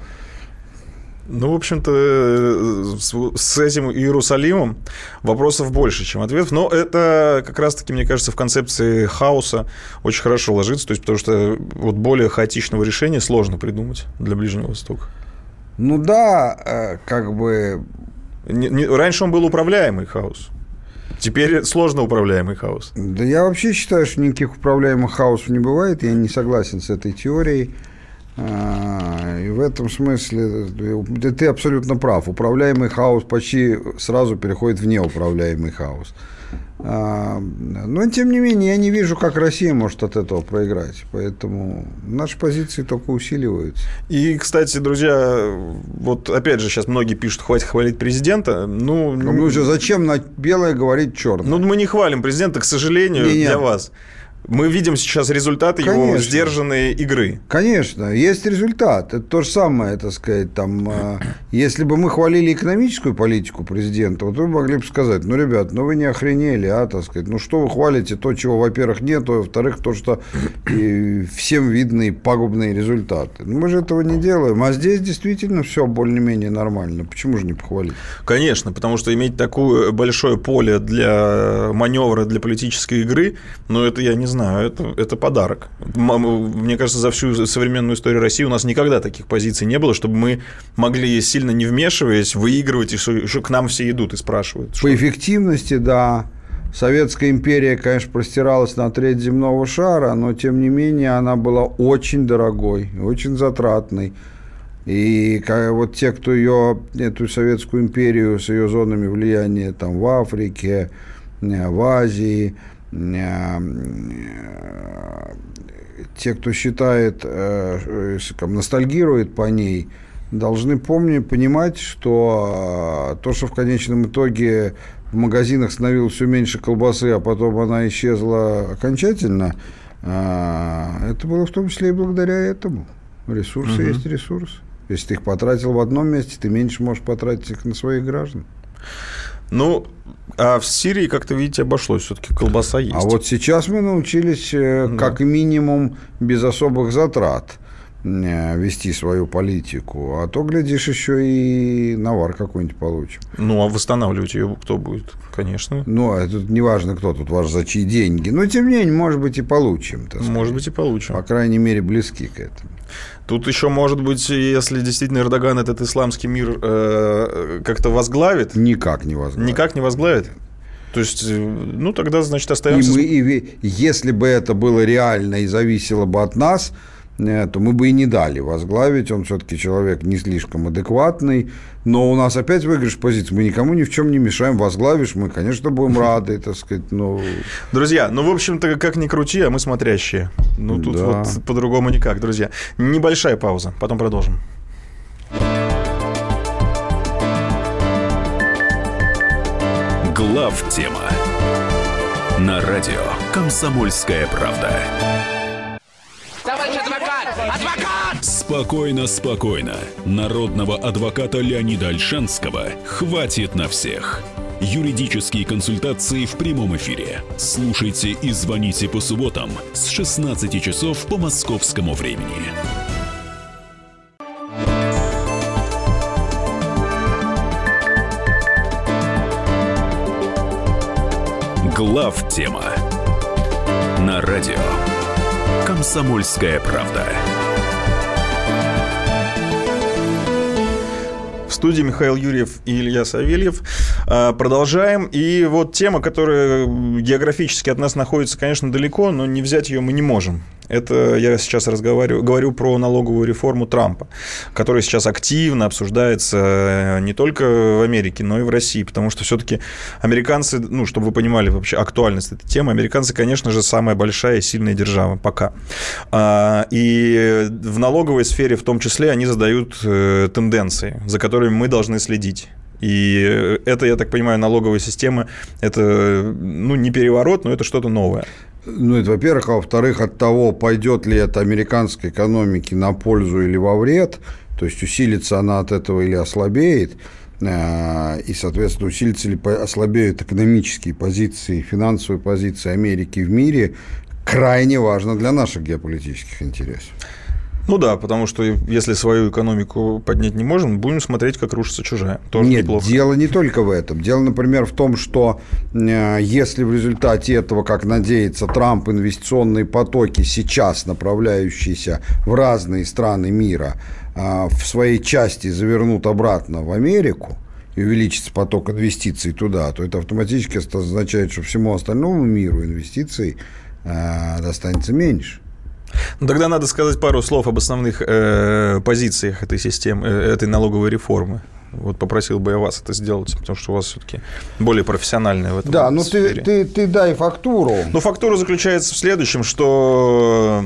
Ну, в общем-то, с этим Иерусалимом вопросов больше, чем ответов. Но это как раз-таки, мне кажется, в концепции хаоса очень хорошо ложится. То есть, потому что вот более хаотичного решения сложно придумать для Ближнего Востока.
Ну да, как бы...
Не, не, раньше он был управляемый хаос. Теперь сложно управляемый хаос.
Да я вообще считаю, что никаких управляемых хаосов не бывает. Я не согласен с этой теорией. И в этом смысле ты абсолютно прав. Управляемый хаос почти сразу переходит в неуправляемый хаос. Но, тем не менее, я не вижу, как Россия может от этого проиграть. Поэтому наши позиции только усиливаются.
И, кстати, друзья, вот опять же сейчас многие пишут, хватит хвалить президента. Ну,
ну зачем на белое говорить черное?
Ну, мы не хвалим президента, к сожалению, не, для вас. Мы видим сейчас результаты Конечно. его сдержанной игры.
Конечно, есть результат. Это то же самое, так сказать, там, если бы мы хвалили экономическую политику президента, вот вы могли бы сказать, ну, ребят, ну вы не охренели, а, так сказать, ну что вы хвалите то, чего, во-первых, нет, а во-вторых, то, что и всем видны пагубные результаты. Мы же этого не делаем, а здесь действительно все более-менее нормально. Почему же не похвалить?
Конечно, потому что иметь такое большое поле для маневра, для политической игры, ну, это я не знаю, это, это подарок. Мне кажется, за всю современную историю России у нас никогда таких позиций не было, чтобы мы могли, сильно не вмешиваясь, выигрывать, и что, что к нам все идут и спрашивают.
По что... эффективности, да. Советская империя, конечно, простиралась на треть земного шара, но, тем не менее, она была очень дорогой, очень затратной. И вот те, кто ее, эту Советскую империю с ее зонами влияния там, в Африке, в Азии, те, кто считает, ностальгирует по ней, должны помнить, понимать, что то, что в конечном итоге в магазинах становилось все меньше колбасы, а потом она исчезла окончательно, это было в том числе и благодаря этому. Ресурсы угу. есть ресурсы. Если ты их потратил в одном месте, ты меньше можешь потратить их на своих граждан.
Ну, а в Сирии, как-то, видите, обошлось. Все-таки колбаса есть.
А вот сейчас мы научились, да. как минимум, без особых затрат вести свою политику. А то, глядишь, еще и навар какой-нибудь получим.
Ну, а восстанавливать ее кто будет? Конечно.
Ну, а тут не важно, кто тут ваш, за чьи деньги. Но, тем не менее, может быть, и получим. Так
может сказать. быть, и получим.
По крайней мере, близки к этому.
Тут еще, может быть, если действительно Эрдоган этот исламский мир э, как-то возглавит.
Никак не возглавит.
Никак не возглавит? То есть, ну, тогда, значит, остаемся...
И мы, и, если бы это было реально и зависело бы от нас, то мы бы и не дали возглавить. Он все-таки человек не слишком адекватный. Но у нас опять выигрыш позиции. Мы никому ни в чем не мешаем. Возглавишь, мы, конечно, будем рады, так сказать. Но...
Друзья, ну, в общем-то, как ни крути, а мы смотрящие. Ну, тут да. вот по-другому никак, друзья. Небольшая пауза, потом продолжим.
Главтема на радио «Комсомольская правда».
Товарищ адвокат! Адвокат!
Спокойно, спокойно. Народного адвоката Леонида Ольшанского хватит на всех. Юридические консультации в прямом эфире. Слушайте и звоните по субботам с шестнадцати часов по московскому времени. Главтема на радио «Комсомольская правда».
В студии Михаил Юрьев и Илья Савельев. Продолжаем. И вот тема, которая географически от нас находится, конечно, далеко, но не взять ее мы не можем. Это я сейчас разговариваю, говорю про налоговую реформу Трампа, которая сейчас активно обсуждается не только в Америке, но и в России, потому что все-таки американцы, ну, чтобы вы понимали вообще актуальность этой темы, американцы, конечно же, самая большая и сильная держава пока. И в налоговой сфере в том числе они задают тенденции, за которыми мы должны следить. И это, я так понимаю, налоговая система, это, ну, не переворот, но это что-то новое.
Ну, это, во-первых, а во-вторых, от того, пойдет ли это американской экономике на пользу или во вред, то есть усилится она от этого или ослабеет, и, соответственно, усилится или ослабеют экономические позиции, финансовые позиции Америки в мире, крайне важно для наших геополитических интересов.
Ну да, потому что если свою экономику поднять не можем, будем смотреть, как рушится чужая. Тоже
Нет,
неплохо.
Дело не только в этом. Дело, например, в том, что э, если в результате этого, как надеется Трамп, инвестиционные потоки, сейчас направляющиеся в разные страны мира, э, в своей части завернут обратно в Америку, и увеличится поток инвестиций туда, то это автоматически означает, что всему остальному миру инвестиций э, достанется меньше.
Ну, тогда надо сказать пару слов об основных э, позициях этой системы, э, этой налоговой реформы. Вот попросил бы я вас это сделать, потому что у вас все-таки более профессиональная в этом
Да, ну ты,
сфере.
ты, ты дай фактуру.
Ну, фактура заключается в следующем, что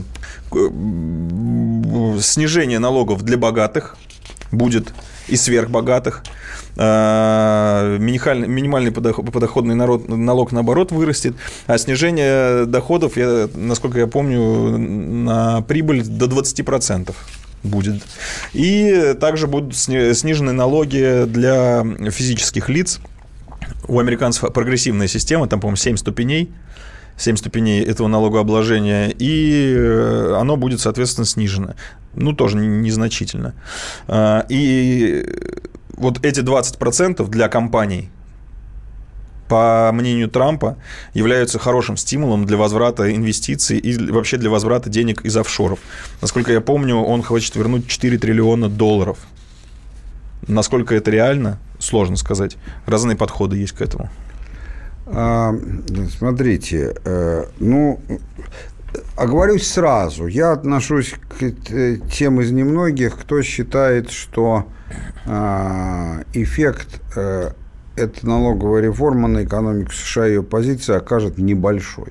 снижение налогов для богатых будет и сверхбогатых. Минимальный подоходный налог, наоборот, вырастет, а снижение доходов, я, насколько я помню, на прибыль до двадцати процентов будет. И также будут снижены налоги для физических лиц. У американцев прогрессивная система, там, по-моему, семь ступеней. семь ступеней этого налогообложения, и оно будет, соответственно, снижено. Ну, тоже незначительно. И вот эти двадцать процентов для компаний, по мнению Трампа, являются хорошим стимулом для возврата инвестиций и вообще для возврата денег из офшоров. Насколько я помню, он хочет вернуть четыре триллиона долларов. Насколько это реально, сложно сказать. Разные подходы есть к этому.
Смотрите, ну, оговорюсь сразу, я отношусь к тем из немногих, кто считает, что эффект этой налоговой реформы на экономику США и ее позиции окажет небольшой.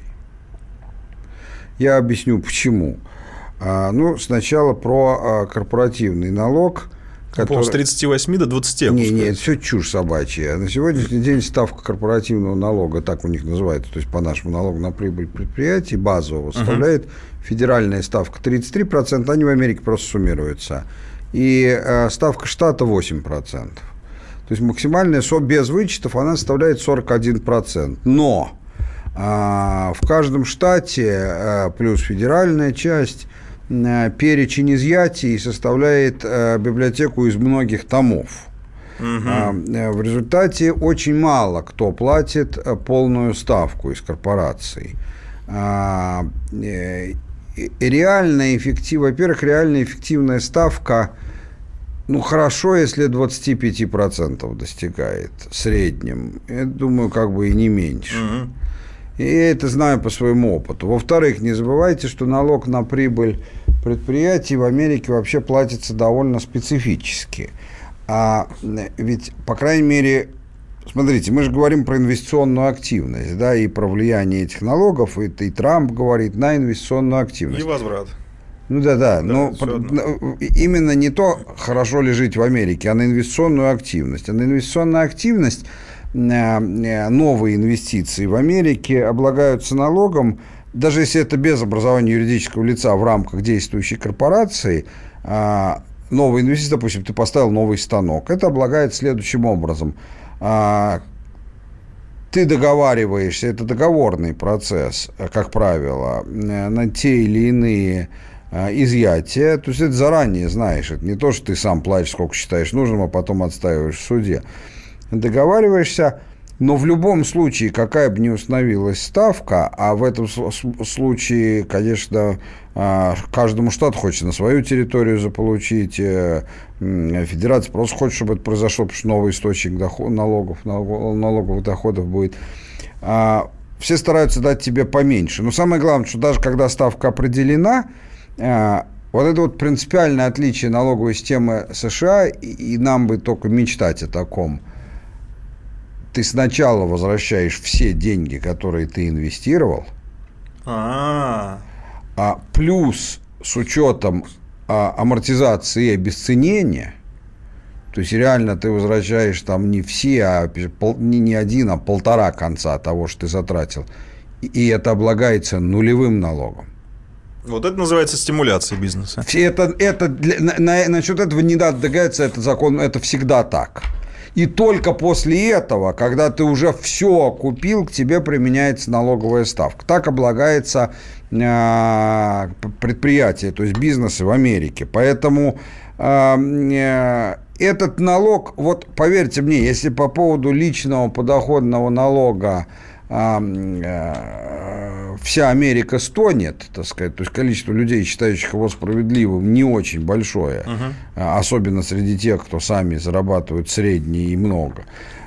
Я объясню, почему. Ну, сначала про корпоративный налог.
Который... С тридцати восьми до двадцати.
Не, не, это все чушь собачья. На сегодняшний день ставка корпоративного налога, так у них называется, то есть по нашему налогу на прибыль предприятий базового, составляет uh-huh. федеральная ставка тридцать три процента, они в Америке просто суммируются, и э, ставка штата восемь процентов. То есть максимальная без вычетов она составляет сорок один процент. Но э, в каждом штате э, плюс федеральная часть перечень изъятий составляет э, библиотеку из многих томов. Угу. Э, в результате очень мало кто платит полную ставку из корпораций. Э, э, реальная эффектив... Во-первых, реальная эффективная ставка, ну, хорошо, если двадцать пять процентов достигает в среднем. Я думаю, как бы и не меньше. Угу. И я это знаю по своему опыту. Во-вторых, не забывайте, что налог на прибыль предприятий в Америке вообще платится довольно специфически. А ведь, по крайней мере, смотрите, мы же говорим про инвестиционную активность, да, и про влияние этих налогов, и, и Трамп говорит на инвестиционную активность.
И возврат.
Ну да, да, да, но именно не то, хорошо ли жить в Америке, а на инвестиционную активность. А на инвестиционную активность новые инвестиции в Америке облагаются налогом, даже если это без образования юридического лица в рамках действующей корпорации. Новые инвестиции, допустим, ты поставил новый станок, это облагается следующим образом. Ты договариваешься, это договорный процесс, как правило, на те или иные изъятия, то есть это заранее знаешь, это не то, что ты сам платишь, сколько считаешь нужным, а потом отстаиваешь в суде. Договариваешься, но в любом случае, какая бы ни установилась ставка, а в этом случае, конечно, каждому штату хочется на свою территорию заполучить, федерация просто хочет, чтобы это произошло, потому что новый источник доход, налогов, налоговых доходов будет. Все стараются дать тебе поменьше. Но самое главное, что даже когда ставка определена, вот это вот принципиальное отличие налоговой системы США, и нам бы только мечтать о таком. Ты сначала возвращаешь все деньги, которые ты инвестировал, а плюс с учетом а, амортизации и обесценения, то есть реально ты возвращаешь там не все, а пол, не, не один, а полтора конца того, что ты затратил, и, и это облагается нулевым налогом.
Вот это называется стимуляцией бизнеса.
Это, это, для, на, насчет этого не надо догадаться, это закон, это всегда так. И только после этого, когда ты уже все купил, к тебе применяется налоговая ставка. Так облагается э, предприятие, то есть бизнесы в Америке. Поэтому э, э, этот налог, вот поверьте мне, если по поводу личного подоходного налога э, э, вся Америка стонет, так сказать, то есть количество людей, считающих его справедливым, не очень большое, uh-huh. особенно среди тех, кто сами зарабатывают средние и много,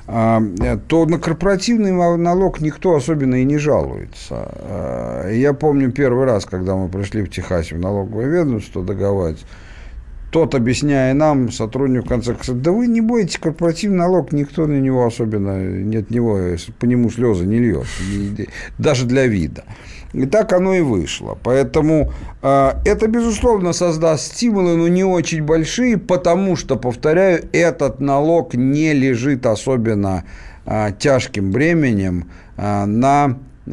то на корпоративный налог никто особенно и не жалуется. Я помню первый раз, когда мы пришли в Техасе в налоговое ведомство договаривать, тот, объясняя нам, сотрудник в конце концов, да вы не бойтесь, корпоративный налог, никто на него особенно, нет него, по нему слезы не льет, даже для вида. И так оно и вышло. Поэтому э, это, безусловно, создаст стимулы, но не очень большие, потому что, повторяю, этот налог не лежит особенно э, тяжким бременем э, на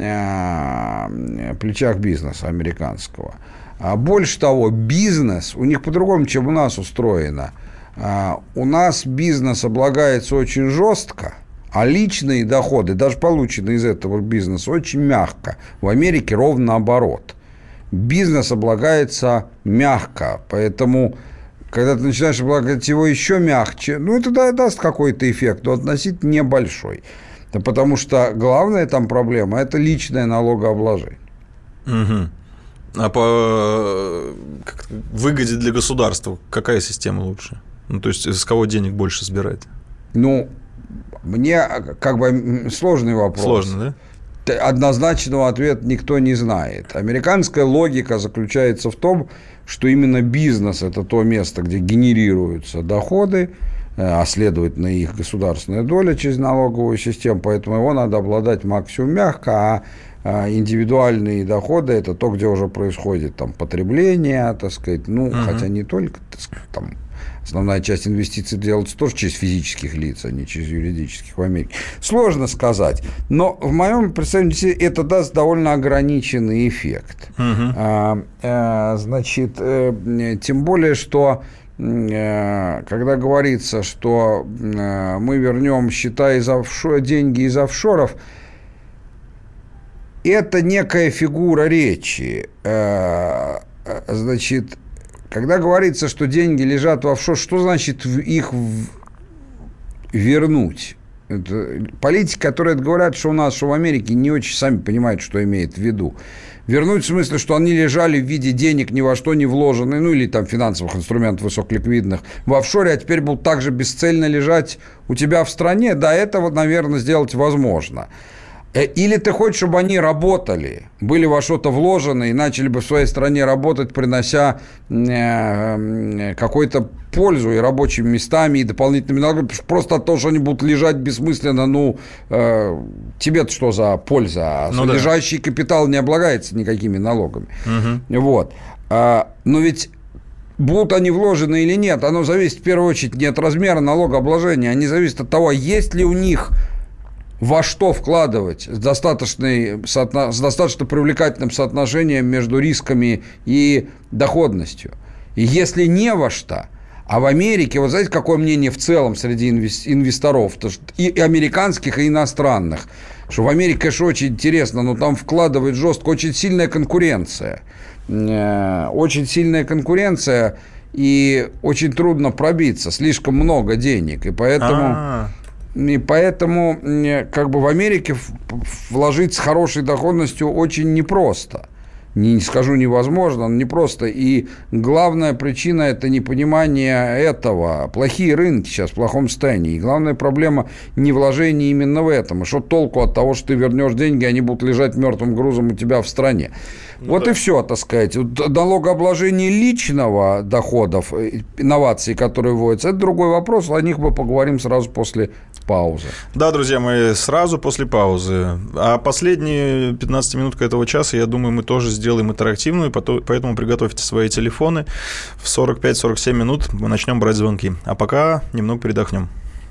э, плечах бизнеса американского. А больше того, бизнес, у них по-другому, чем у нас устроено. Э, у нас бизнес облагается очень жестко, а личные доходы, даже полученные из этого бизнеса, очень мягко. В Америке ровно наоборот. Бизнес облагается мягко, поэтому, когда ты начинаешь облагать его еще мягче, ну, это да, даст какой-то эффект, но относительно небольшой. Да, потому что главная там проблема – это личное налогообложение.
Угу. А по выгоде для государства какая система лучше? Ну, то есть, с кого денег больше собирать?
Ну, мне как бы сложный вопрос.
Сложно, да?
Однозначного ответа никто не знает. Американская логика заключается в том, что именно бизнес – это то место, где генерируются доходы, а следовательно их государственная доля через налоговую систему, поэтому его надо обладать максимум мягко, а индивидуальные доходы – это то, где уже происходит там потребление, так сказать, ну, uh-huh. хотя не только, так сказать, там. Основная часть инвестиций делается тоже через физических лиц, а не через юридических в Америке. Сложно сказать. Но в моем представлении это даст довольно ограниченный эффект. Uh-huh. А, а, значит, э, тем более, что э, когда говорится, что э, мы вернем счета из офшор, деньги из офшоров, это некая фигура речи. Э, значит, когда говорится, что деньги лежат в офшор, что значит их вернуть? Это политики, которые говорят, что у нас, что в Америке, не очень сами понимают, что имеет в виду. Вернуть в смысле, что они лежали в виде денег ни во что не вложенные, ну или там финансовых инструментов высоколиквидных в офшоре, а теперь будут также бесцельно лежать у тебя в стране. До этого, наверное, сделать возможно. Или ты хочешь, чтобы они работали, были во что-то вложены и начали бы в своей стране работать, принося какую-то пользу и рабочими местами, и дополнительными налогами, просто от того, что они будут лежать бессмысленно, ну, э, тебе-то что за польза? Ну, лежащий да. капитал не облагается никакими налогами. Угу. Вот. А, но ведь будут они вложены или нет, оно зависит в первую очередь не от размера налогообложения, а зависит от того, есть ли у них во что вкладывать с, достаточной, с достаточно привлекательным соотношением между рисками и доходностью. И если не во что, а в Америке, вот знаете, какое мнение в целом среди инвесторов, и американских, и иностранных, что в Америке, конечно, очень интересно, но там вкладывает жестко, очень сильная конкуренция. Очень сильная конкуренция, и очень трудно пробиться, слишком много денег, и поэтому... А-а-а. И поэтому как бы в Америке вложить с хорошей доходностью очень непросто. Не скажу невозможно, но непросто. И главная причина – это непонимание этого. Плохие рынки сейчас в плохом состоянии. И главная проблема не вложение именно в этом. И что толку от того, что ты вернешь деньги, они будут лежать мертвым грузом у тебя в стране. Ну, вот да. и все, так сказать. Налогообложение личного доходов, инноваций, которые вводятся, это другой вопрос. О них мы поговорим сразу после паузы.
Да, друзья мои, сразу после паузы. А последние пятнадцать минут этого часа, я думаю, мы тоже сделаем интерактивную, поэтому приготовьте свои телефоны. В сорок пять - сорок семь минут мы начнем брать звонки. А пока немного передохнем.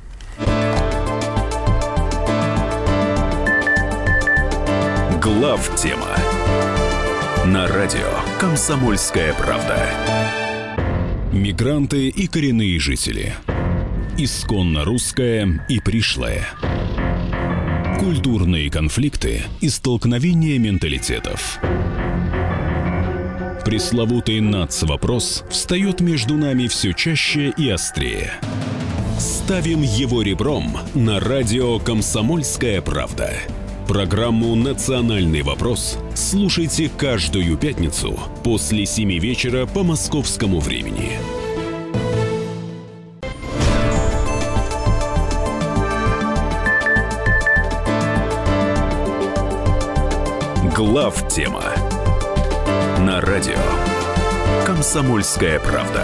Главтема на радио «Комсомольская правда».
Мигранты и коренные жители. Исконно русское и пришлое. Культурные конфликты и столкновения менталитетов. Пресловутый нацвопрос встает между нами все чаще и острее. Ставим его ребром на радио «Комсомольская правда».
Программу «Национальный вопрос» слушайте каждую пятницу после семи вечера по московскому времени. Главтема на радио «Комсомольская правда».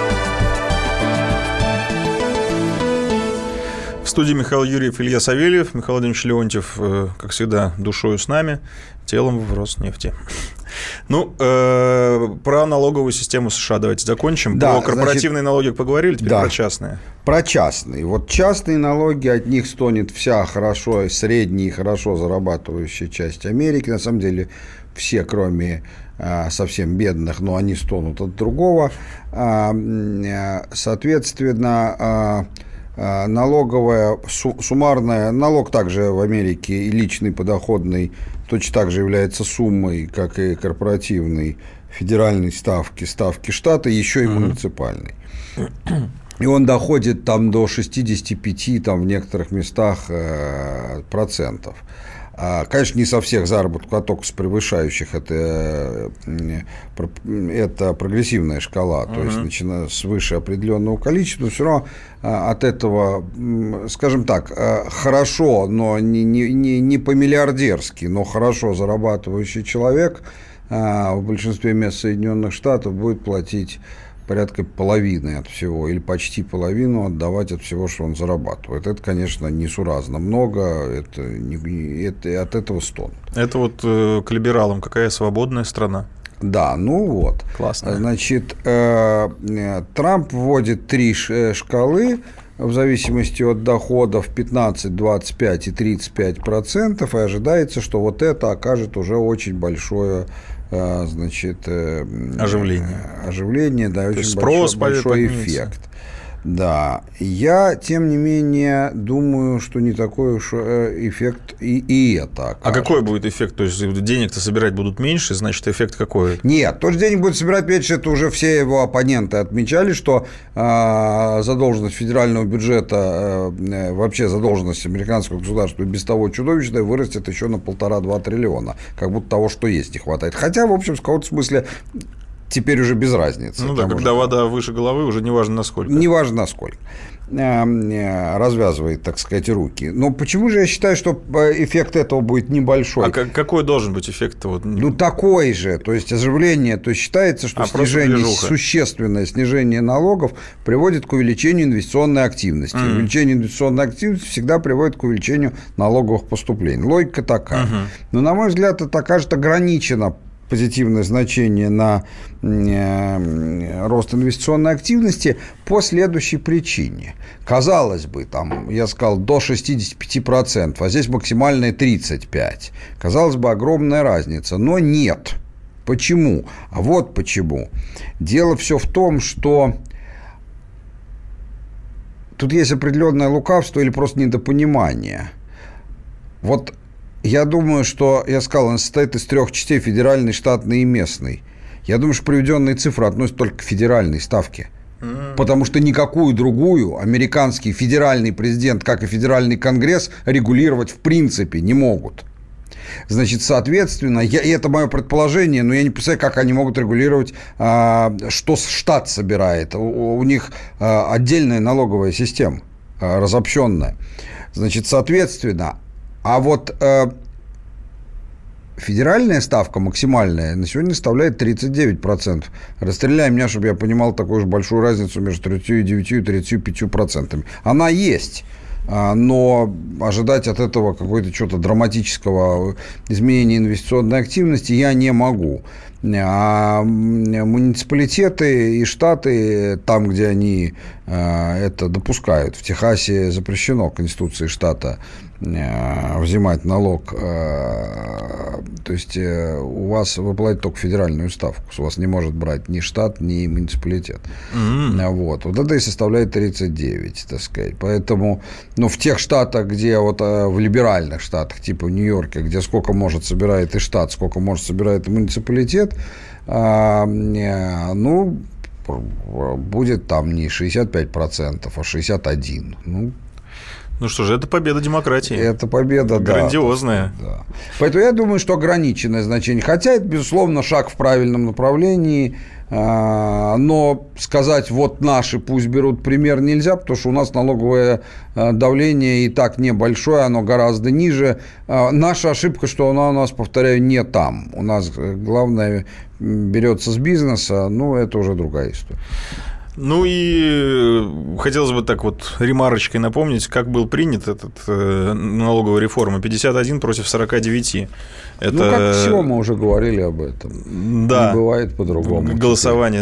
В студии Михаил Юрьев, Илья Савельев. Михаил Владимирович Леонтьев, как всегда, душою с нами, телом в Роснефти. Ну, э, про налоговую систему США давайте закончим. Да, про корпоративные значит, налоги поговорили, теперь да, про частные.
Про частные. Вот частные налоги, от них стонет вся хорошо, средняя и хорошо зарабатывающая часть Америки. На самом деле все, кроме э, совсем бедных, но они стонут от другого. Э, э, соответственно... Э, налоговая, суммарная, налог также в Америке и личный подоходный точно так же является суммой, как и корпоративной, федеральной ставки, ставки штата, еще и муниципальной. И он доходит там до шестьдесят пять, там в некоторых местах процентов. Конечно, не со всех заработков, а только с превышающих. Это, это прогрессивная шкала, uh-huh. то есть начиная свыше определенного количества, но все равно от этого, скажем так, хорошо, но не, не, не по-миллиардерски, но хорошо зарабатывающий человек в большинстве мест Соединенных Штатов будет платить порядка половины от всего, или почти половину отдавать от всего, что он зарабатывает. Это, конечно, несуразно много, это, не, это от этого стон.
Это вот э, к либералам какая свободная страна?
Да, ну вот.
Классно.
Значит, э, Трамп вводит три шкалы в зависимости от доходов пятнадцать, двадцать пять и тридцать пять процентов, и ожидается, что вот это окажет уже очень большое значит,
оживление.
Оживление, да, очень спрос большой, большой эффект. Да, я, тем не менее, думаю, что не такой уж эффект и, и это окажет.
А какой будет эффект? То есть денег-то собирать будут меньше, значит, эффект какой?
Нет, то, что денег будет собирать меньше, это уже все его оппоненты отмечали, что э, задолженность федерального бюджета, э, вообще задолженность американского государства без того чудовищная, вырастет еще на полтора-два триллиона, как будто того, что есть, не хватает. Хотя, в общем, в каком-то смысле... Теперь уже без разницы.
Ну да, когда вода выше головы, уже не важно насколько.
Не важно насколько. Развязывает, так сказать, руки. Но почему же я считаю, что эффект этого будет небольшой?
А какой должен быть эффект? Вот?
Ну, такой же. То есть, оживление. То есть, считается, что а снижение, существенное снижение налогов приводит к увеличению инвестиционной активности. Mm. Увеличение инвестиционной активности всегда приводит к увеличению налоговых поступлений. Логика такая. Uh-huh. Но, на мой взгляд, это окажет ограничено позитивное значение на э, рост инвестиционной активности по следующей причине. Казалось бы, там, я сказал, до шестьдесят пять процентов, а здесь максимальная тридцать пять процентов. Казалось бы, огромная разница, но нет. Почему? А вот почему. Дело все в том, что тут есть определенное лукавство или просто недопонимание. Вот я думаю, что, я сказал, он состоит из трех частей: федеральный, штатный и местный. Я думаю, что приведенные цифры относятся только к федеральной ставке. Mm-hmm. Потому что никакую другую американский федеральный президент, как и федеральный конгресс, регулировать в принципе не могут. Значит, соответственно, я, и это мое предположение, но я не представляю, как они могут регулировать, а, что штат собирает. У, у них а, отдельная налоговая система, а, разобщенная. Значит, соответственно... А вот э, федеральная ставка максимальная на сегодня составляет тридцать девять процентов. Расстреляй меня, чтобы я понимал такую же большую разницу между тридцатью девятью и тридцатью пятью процентами. Она есть, но ожидать от этого какого-то чего-то драматического изменения инвестиционной активности я не могу. А муниципалитеты и штаты, там, где они это допускают, в Техасе запрещено Конституцией штата взимать налог, то есть у вас вы платите только федеральную ставку, у вас не может брать ни штат, ни муниципалитет. Mm-hmm. Вот. Вот это и составляет тридцать девять, так сказать. Поэтому, ну, в тех штатах, где вот в либеральных штатах, типа в Нью-Йорке, где сколько может собирает и штат, сколько может собирает и муниципалитет, ну, будет там не шестьдесят пять процентов, а шестьдесят один процент. Ну,
Ну что же, это победа демократии.
Это победа, да.
Грандиозная.
Да. Поэтому я думаю, что ограниченное значение. Хотя это, безусловно, шаг в правильном направлении. Но сказать, вот наши пусть берут пример, нельзя, потому что у нас налоговое давление и так небольшое, оно гораздо ниже. Наша ошибка, что она у нас, повторяю, не там. У нас главное берется с бизнеса, но это уже другая история.
Ну и хотелось бы так вот ремарочкой напомнить, как был принят этот э, налоговая реформа. пятьдесят один против сорок девять. Это...
Ну, как все, мы уже говорили об этом.
Да.
Не бывает по-другому.
Голосование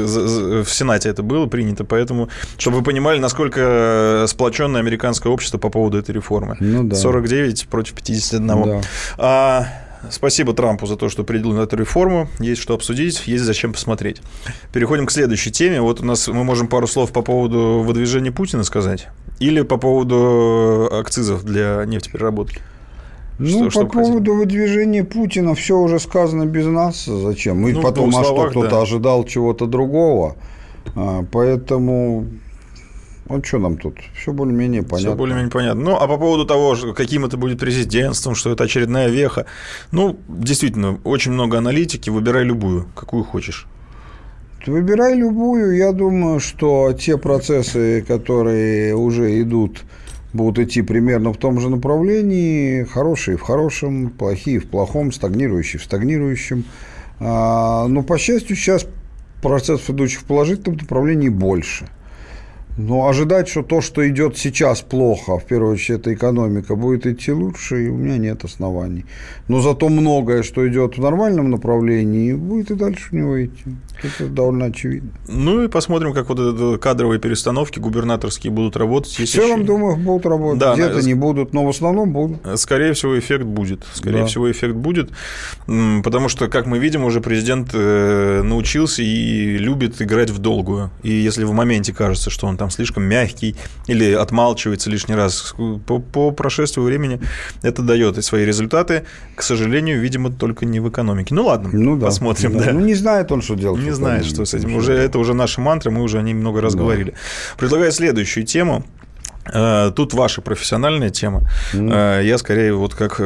в Сенате это было принято, поэтому, чтобы вы понимали, насколько сплоченное американское общество по поводу этой реформы.
Ну, да.
сорок девять против пятьдесят один.
Да.
А... Спасибо Трампу за то, что определил эту реформу. Есть что обсудить, есть зачем посмотреть. Переходим к следующей теме. Вот у нас мы можем пару слов по поводу выдвижения Путина сказать. Или по поводу акцизов для нефтепереработки.
Ну,
что,
по поводу хотим? выдвижения Путина все уже сказано без нас. Зачем? И ну, потом, а словах, что кто-то да. ожидал чего-то другого. Поэтому... Вот что нам тут? Все более-менее понятно.
Все более-менее понятно. Ну, а по поводу того, каким это будет президентством, что это очередная веха. Ну, действительно, очень много аналитики. Выбирай любую, какую хочешь.
Выбирай любую. Я думаю, что те процессы, которые уже идут, будут идти примерно в том же направлении. Хорошие в хорошем, плохие в плохом, стагнирующие в стагнирующем. Но, по счастью, сейчас процессов, идущих в положительном направлении, больше. Но ожидать, что то, что идет сейчас плохо, в первую очередь, это экономика, будет идти лучше, и у меня нет оснований. Но зато многое, что идет в нормальном направлении, будет и дальше у него идти. Это довольно очевидно.
Ну и посмотрим, как вот эти кадровые перестановки губернаторские будут работать.
В целом, еще... думаю, будут работать. Да, где-то на... не будут, но в основном будут.
Скорее всего, эффект будет. Скорее да. всего, эффект будет. Потому что, как мы видим, уже президент научился и любит играть в долгую. И если в моменте кажется, что он там слишком мягкий или отмалчивается лишний раз, по, по прошествию времени это дает и свои результаты. К сожалению, видимо, только не в экономике. Ну ладно, ну, да,
посмотрим.
Да.
Да. Ну не знает он, что делать.
Не знает, что с этим. Уже, это уже наши мантры, мы уже о ней много раз да. говорили. Предлагаю следующую тему. Тут ваша профессиональная тема. Mm. Я скорее вот как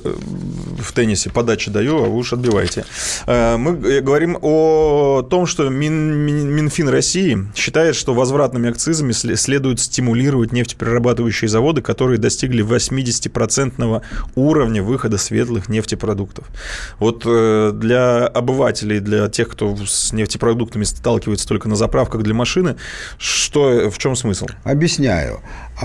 в теннисе подачи даю, а вы уж отбивайте. Мы говорим о том, что Мин, Минфин России считает, что возвратными акцизами следует стимулировать нефтеперерабатывающие заводы, которые достигли восьмидесятипроцентного уровня выхода светлых нефтепродуктов. Вот для обывателей, для тех, кто с нефтепродуктами сталкивается только на заправках для машины, что, в чем смысл?
Объясняю.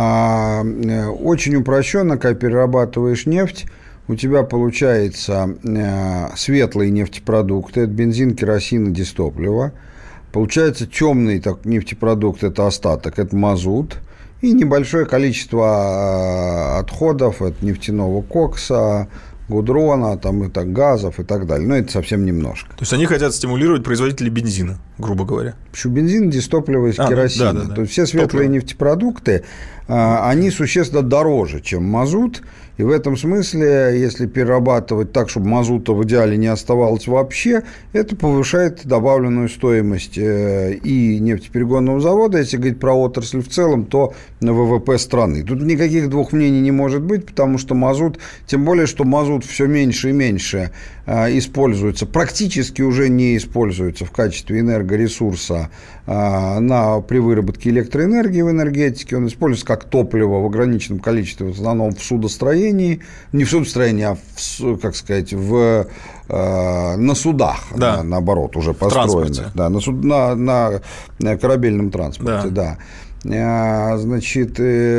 Очень упрощенно, когда перерабатываешь нефть, у тебя получается светлые нефтепродукты, это бензин, керосин и дистопливо. Получается темный так, нефтепродукт, это остаток, это мазут. И небольшое количество отходов от нефтяного кокса, гудрона, там, и так, газов и так далее. Но это совсем немножко.
То есть они хотят стимулировать производителей бензина, грубо говоря.
Почему бензин, дистопливо и керосин. Да, да, да. То есть все светлые Топливо. нефтепродукты, они существенно дороже, чем мазут. И в этом смысле, если перерабатывать так, чтобы мазута в идеале не оставалось вообще, это повышает добавленную стоимость и нефтеперегонного завода. Если говорить про отрасль в целом, то на ВВП страны. Тут никаких двух мнений не может быть, потому что мазут, тем более, что мазут все меньше и меньше используется, практически уже не используется в качестве энергоресурса на, при выработке электроэнергии в энергетике. Он используется как топливо в ограниченном количестве, в основном в судостроении, не в судостроении, а в, как сказать, в, э, на судах, да. на, наоборот, уже построенных, да, на, суд, на, на корабельном транспорте, да. да. Значит,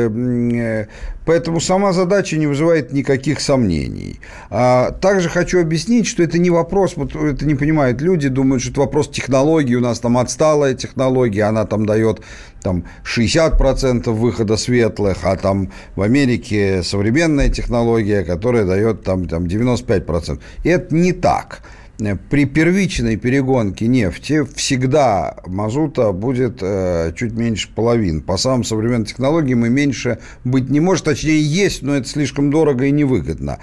поэтому сама задача не вызывает никаких сомнений. Также хочу объяснить, что это не вопрос, вот это не понимают люди, думают, что это вопрос технологии, у нас там отсталая технология, она там дает там, шестьдесят процентов выхода светлых, а там в Америке современная технология, которая дает там, там, девяносто пять процентов. И это не так. при первичной перегонке нефти всегда мазута будет э, чуть меньше половины. По самым современным технологиям и меньше быть не может. Точнее, есть, но это слишком дорого и невыгодно.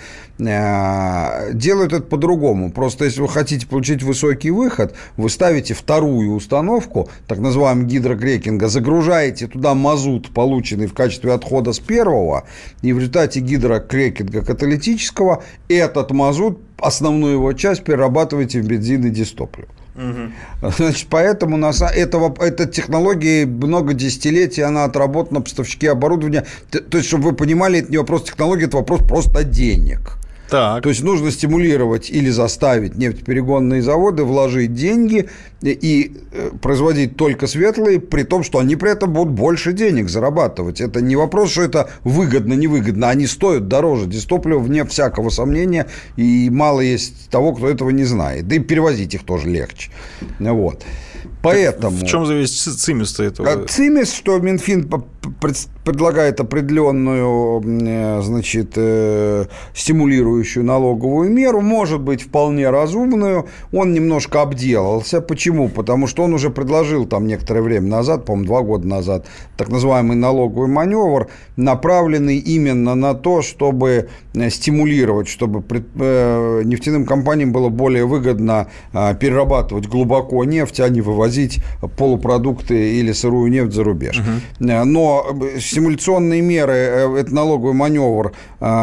Э, делают это по-другому. Просто если вы хотите получить высокий выход, вы ставите вторую установку, так называемого гидрокрекинга, загружаете туда мазут, полученный в качестве отхода с первого, и в результате гидрокрекинга каталитического этот мазут, основную его часть, перерабатываете в бензин и дистопливо. Угу. Значит, поэтому нас, этого, эта технология много десятилетий, она отработана, поставщики оборудования. То, то есть, чтобы вы понимали, это не вопрос технологии, это вопрос просто денег. Так. То есть нужно стимулировать или заставить нефтеперегонные заводы вложить деньги и производить только светлые, при том, что они при этом будут больше денег зарабатывать. Это не вопрос, что это выгодно, невыгодно. Они стоят дороже дистопливо, вне всякого сомнения, и мало есть того, кто этого не знает. Да и перевозить их тоже легче. Вот. Поэтому... В
чем зависит цимис этого?
Цимис, что Минфин предлагает определенную, значит, стимулирующую налоговую меру, может быть, вполне разумную. Он немножко обделался. Почему? Потому что он уже предложил там некоторое время назад, по-моему, два года назад, так называемый налоговый маневр, направленный именно на то, чтобы стимулировать, чтобы нефтяным компаниям было более выгодно перерабатывать глубоко нефть, а не вывозить полупродукты или сырую нефть за рубеж. Uh-huh. Но стимуляционные меры, это налоговый маневр,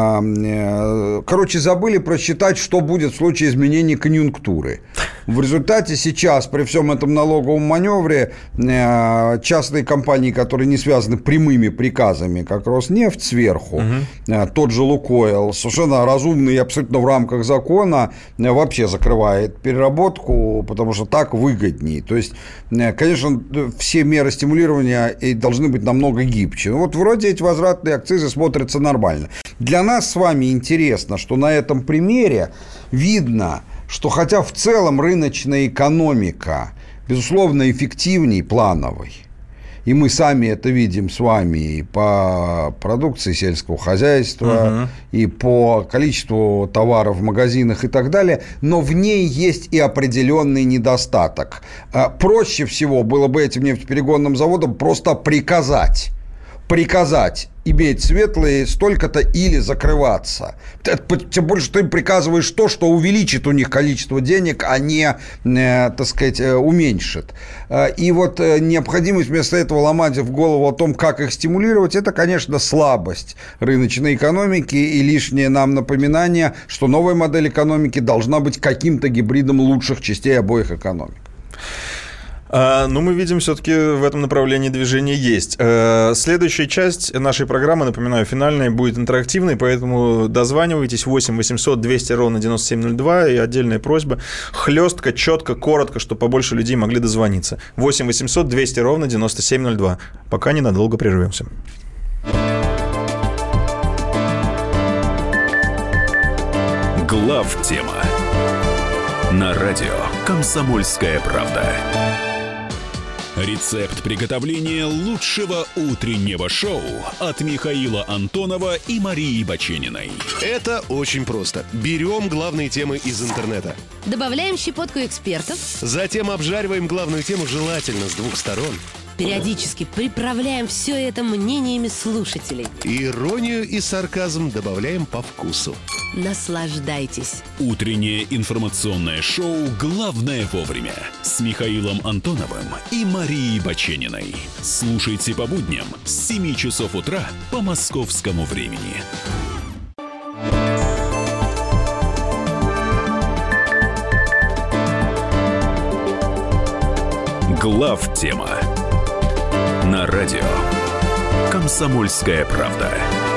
короче, забыли просчитать, что будет в случае изменения конъюнктуры. В результате сейчас при всем этом налоговом маневре частные компании, которые не связаны прямыми приказами, как Роснефть сверху, uh-huh. тот же Лукойл, совершенно разумно и абсолютно в рамках закона вообще закрывает переработку, потому что так выгоднее. То есть, конечно, все меры стимулирования должны быть намного гибче. Вот вроде эти возвратные акцизы смотрятся нормально. Для нас с вами интересно, что на этом примере видно, что хотя в целом рыночная экономика, безусловно, эффективней плановой, и мы сами это видим с вами и по продукции сельского хозяйства, угу. и по количеству товаров в магазинах и так далее, но в ней есть и определенный недостаток. Проще всего было бы этим нефтеперегонным заводам просто приказать, приказать иметь светлые столько-то или закрываться. Тем более, что ты им приказываешь то, что увеличит у них количество денег, а не, э, так сказать, уменьшит. И вот необходимость вместо этого ломать в голову о том, как их стимулировать, это, конечно, слабость рыночной экономики и лишнее нам напоминание, что новая модель экономики должна быть каким-то гибридом лучших частей обоих экономик.
А, ну, мы видим, все-таки в этом направлении движение есть. А, следующая часть нашей программы, напоминаю, финальная, будет интерактивной, поэтому дозванивайтесь восемь восемьсот двести ровно девяносто семь ноль два, и отдельная просьба хлестко, четко, коротко, чтобы побольше людей могли дозвониться. восемь восемьсот двести ровно девяносто семь ноль два. Пока ненадолго прервемся.
Главтема на радио «Комсомольская правда». Рецепт приготовления лучшего утреннего шоу от Михаила Антонова и Марии Бачениной.
Это очень просто. Берем главные темы из интернета.
Добавляем щепотку экспертов.
Затем обжариваем главную тему желательно с двух сторон.
Периодически приправляем все это мнениями слушателей.
Иронию и сарказм добавляем по вкусу.
Наслаждайтесь.
Утреннее информационное шоу «Главное вовремя» с Михаилом Антоновым и Марией Бачениной. Слушайте по будням с семи часов утра по московскому времени. Главтема на радио «Комсомольская правда».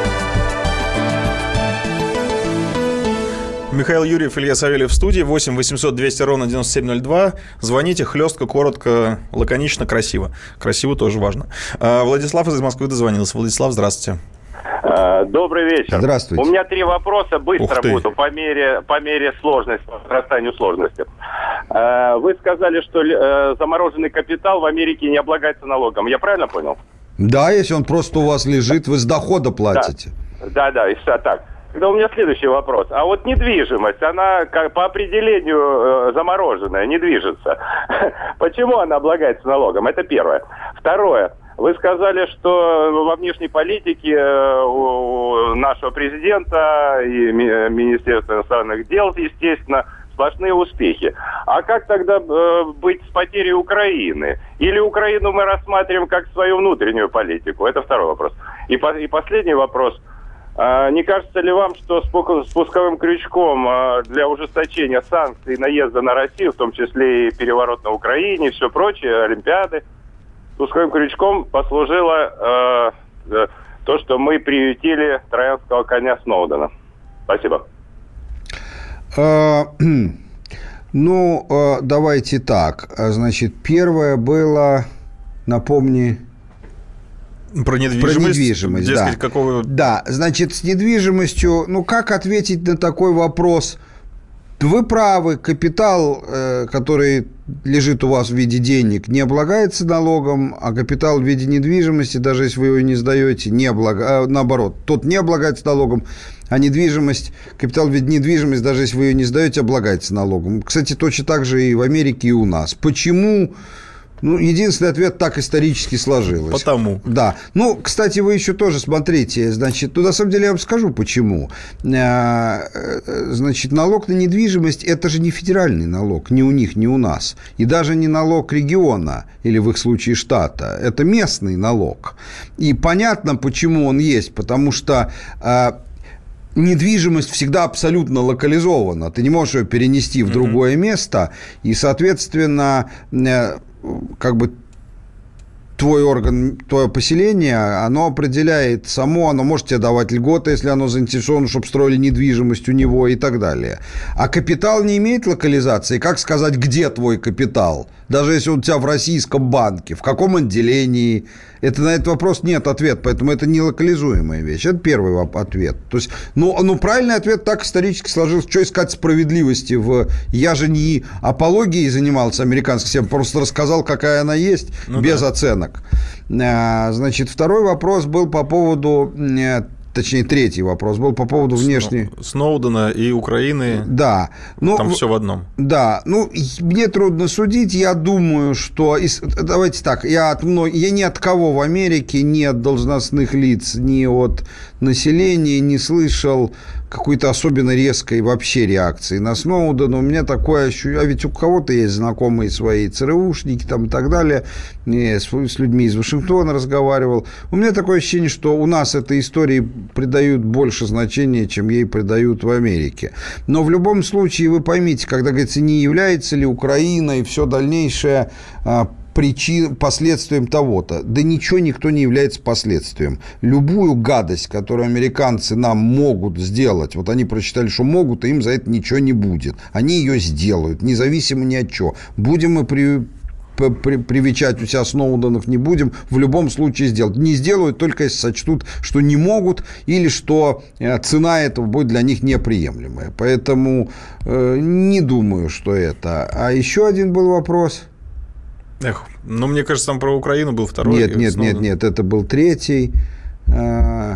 Михаил Юрьев, Илья Савельев в студии. восемь восемьсот двести ровно девяносто семь ноль два. Звоните хлестко, коротко, лаконично, красиво. Красиво тоже важно. Владислав из Москвы дозвонился. Владислав, здравствуйте.
Добрый вечер.
Здравствуйте.
У меня три вопроса, быстро буду, по мере, по мере сложности, по возрастанию сложности. Вы сказали, что замороженный капитал в Америке не облагается налогом. Я правильно понял?
Да, если он просто у вас лежит, вы с дохода платите.
Да, да, да, и все так. Тогда у меня следующий вопрос. А вот недвижимость, она как, по определению э, замороженная, не движется. Почему она облагается налогом? Это первое. Второе. Вы сказали, что во внешней политике у нашего президента и Министерства иностранных дел, естественно, сплошные успехи. А как тогда э, быть с потерей Украины? Или Украину мы рассматриваем как свою внутреннюю политику? Это второй вопрос. И, по, и последний вопрос. А, не кажется ли вам, что спусковым крючком а, для ужесточения санкций, наезда на Россию, в том числе и переворот на Украине, и все прочее, Олимпиады, спусковым крючком послужило э, то, что мы приютили троянского коня Сноудена? Спасибо.
Ну, давайте так. Значит, первое было, напомни...
Про недвижимость?
Про недвижимость,
дескать,
да.
Какого...
Да, значит, с недвижимостью, ну, как ответить на такой вопрос? Вы правы, капитал, который лежит у вас в виде денег, не облагается налогом, а капитал в виде недвижимости, даже если вы его не сдаете, не облаг... наоборот, тот не облагается налогом, а недвижимость, капитал в виде недвижимости, даже если вы ее не сдаете, облагается налогом. Кстати, точно так же и в Америке, и у нас. Почему? Ну, единственный ответ: так исторически сложилось.
Потому.
Да. Ну, кстати, вы еще тоже смотрите. Значит, ну, на самом деле, я вам скажу, почему. Значит, налог на недвижимость – это же не федеральный налог. Ни у них, ни у нас. И даже не налог региона, или в их случае штата. Это местный налог. И понятно, почему он есть. Потому что... недвижимость всегда абсолютно локализована. Ты не можешь ее перенести в mm-hmm. другое место. И, соответственно, как бы твой орган, твое поселение, оно определяет само, оно может тебе давать льготы, если оно заинтересовано, чтобы строили недвижимость у него и так далее. А капитал не имеет локализации. Как сказать, где твой капитал? Даже если он у тебя в российском банке, в каком отделении? Это, на этот вопрос нет ответа, поэтому это не локализуемая вещь. Это первый ответ. То есть, ну, ну, правильный ответ так исторически сложился. Что искать справедливости в... Я же не апологией занимался американской, я просто рассказал, какая она есть, ну, без да. оценок. Значит, второй вопрос был по поводу... Точнее, третий вопрос был по поводу внешней...
Сноудена и Украины.
Да. Ну,
там все в одном.
Да. Ну, мне трудно судить. Я думаю, что... Давайте так. Я, от мно... я ни от кого в Америке, ни от должностных лиц, ни от населения не слышал какой-то особенно резкой вообще реакции на Сноудена. У меня такое ощущение... А ведь у кого-то есть знакомые свои ЦРУшники там и так далее. Я с, с людьми из Вашингтона разговаривал. У меня такое ощущение, что у нас этой истории придают больше значения, чем ей придают в Америке. Но в любом случае, вы поймите, когда говорится, не является ли Украина и все дальнейшее причин, последствием того-то. Да ничего никто не является последствием. Любую гадость, которую американцы нам могут сделать, вот они прочитали, что могут, и им за это ничего не будет. Они ее сделают, независимо ни от чего. Будем мы при... При, привечать у себя Сноуденов не будем, в любом случае сделать. Не сделают, только если сочтут, что не могут, или что цена этого будет для них неприемлемая. Поэтому э, не думаю, что это. А еще один был вопрос.
Эх, ну, мне кажется, там про Украину был второй.
Нет, нет, Сноуден. нет, нет, это был третий. А...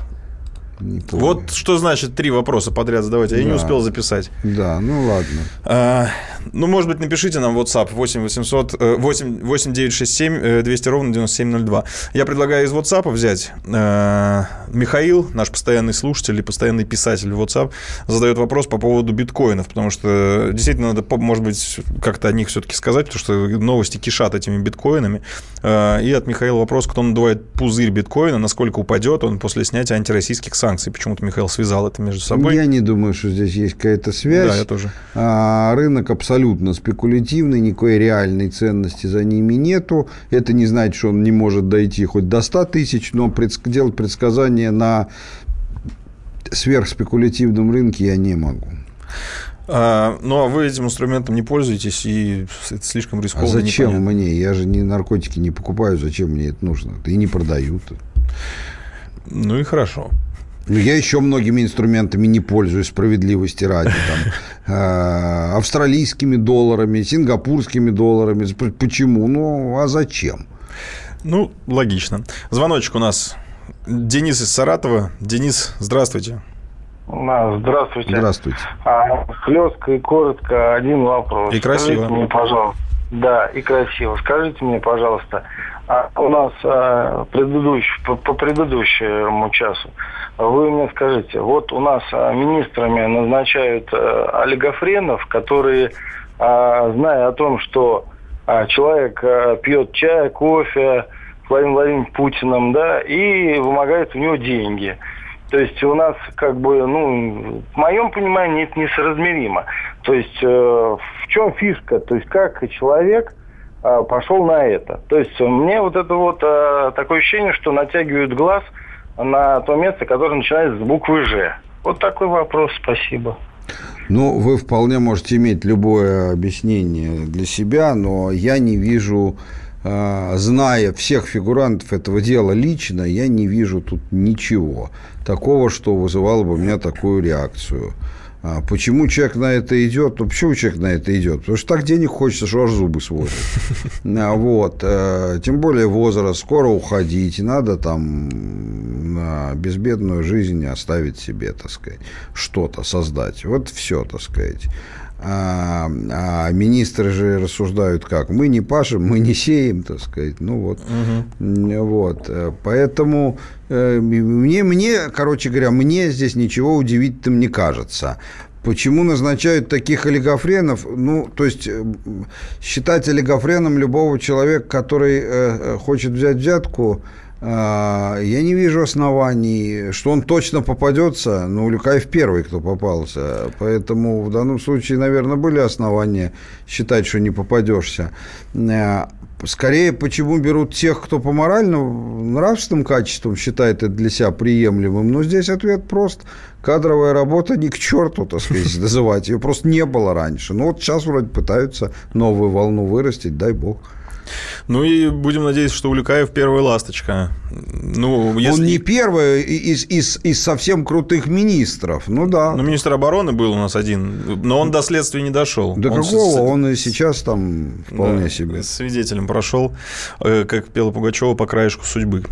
Вот что значит три вопроса подряд задавать, а да. я не успел записать.
Да, ну ладно.
А, ну, может быть, напишите нам в WhatsApp восемь восемьсот восемь девятьсот шестьдесят семь двести ровно девяносто семь ноль два. Я предлагаю из WhatsApp взять. А, Михаил, наш постоянный слушатель и постоянный писатель в WhatsApp, задает вопрос по поводу биткоинов, потому что действительно надо, может быть, как-то о них все-таки сказать, потому что новости кишат этими биткоинами. А, и от Михаила вопрос, кто надувает пузырь биткоина, насколько упадет он после снятия антироссийских санкций. Почему-то Михаил связал это между собой.
Я не думаю, что здесь есть какая-то связь.
Да, я тоже.
А, рынок абсолютно спекулятивный, никакой реальной ценности за ними нету. Это не значит, что он не может дойти хоть до ста тысяч, но предск... делать предсказания на сверхспекулятивном рынке я не могу.
А, ну, а вы этим инструментом не пользуетесь, и это слишком рискованно.
А зачем
непонятно.
мне? Я же не наркотики не покупаю, зачем мне это нужно? И не продают.
Ну и хорошо.
Ну, я еще многими инструментами не пользуюсь, справедливости ради. Там, э, австралийскими долларами, сингапурскими долларами. Почему? Ну, а зачем?
Ну, логично. Звоночек у нас. Денис из Саратова. Денис, здравствуйте.
Здравствуйте.
Здравствуйте.
А, хлестко и коротко один вопрос.
И красиво.
Скажите мне, пожалуйста. Да, и красиво. Скажите мне, пожалуйста, а у нас а, предыдущий, по, по предыдущему часу, вы мне скажите, вот у нас а, министрами назначают а, олигофренов, которые, а, зная о том, что а, человек а, пьет чай, кофе с Владимиром Владимировичем Путиным, да, и вымогают у него деньги. То есть у нас, как бы, ну, в моем понимании, это несоразмеримо. То есть э, в чем фишка? То есть как человек э, пошел на это? То есть мне вот это вот э, такое ощущение, что натягивают глаз на то место, которое начинается с буквы «Ж». Вот такой вопрос. Спасибо.
Ну, вы вполне можете иметь любое объяснение для себя, но я не вижу... Зная всех фигурантов этого дела лично, я не вижу тут ничего такого, что вызывало бы у меня такую реакцию. Почему человек на это идет? Ну, почему человек на это идет? Потому что так денег хочется, что аж зубы сводят. Вот. Тем более возраст, скоро уходить. Надо там на безбедную жизнь оставить себе, так сказать, что-то создать. Вот все, так сказать. А, а министры же рассуждают как? Мы не пашем, мы не сеем, так сказать. Ну вот. Угу. Вот. Поэтому э, мне, мне, короче говоря, мне здесь ничего удивительным не кажется. Почему назначают таких олигофренов? Ну, то есть, считать олигофреном любого человека, который э, хочет взять взятку, я не вижу оснований, что он точно попадется. Ну, Улюкаев первый, кто попался. Поэтому в данном случае, наверное, были основания считать, что не попадешься. Скорее, почему берут тех, кто по моральным, нравственным качествам считает это для себя приемлемым. Но здесь ответ прост. Кадровая работа ни к черту, так сказать, называть. Ее просто не было раньше. Ну, вот сейчас вроде пытаются новую волну вырастить, дай бог.
Ну и будем надеяться, что Улюкаев первая ласточка. Ну, если... Он
не первый из, из, из совсем крутых министров. Ну да.
Ну, министр обороны был у нас один, но он до следствия не дошел.
До он какого? С... Он и сейчас там вполне
да,
себе.
Свидетелем прошел, как пела Пугачева, по краешку судьбы.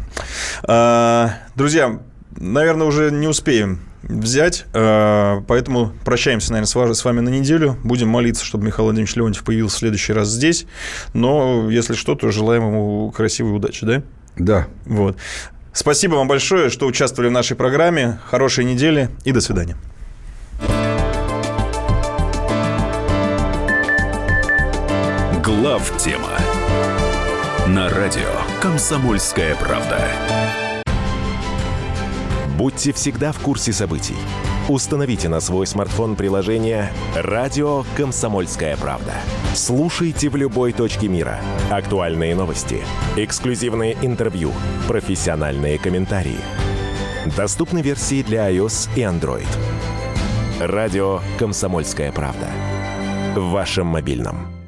Друзья, наверное, уже не успеем взять, поэтому прощаемся, наверное, с вами на неделю. Будем молиться, чтобы Михаил Владимирович Леонтьев появился в следующий раз здесь. Но, если что, то желаем ему красивой удачи, да?
Да.
Вот. Спасибо вам большое, что участвовали в нашей программе. Хорошей недели и до свидания.
Главтема на радио «Комсомольская правда».
Будьте всегда в курсе событий. Установите на свой смартфон приложение «Радио Комсомольская правда». Слушайте в любой точке мира. Актуальные новости, эксклюзивные интервью, профессиональные комментарии. Доступны версии для iOS и Android. «Радио Комсомольская правда». В вашем мобильном.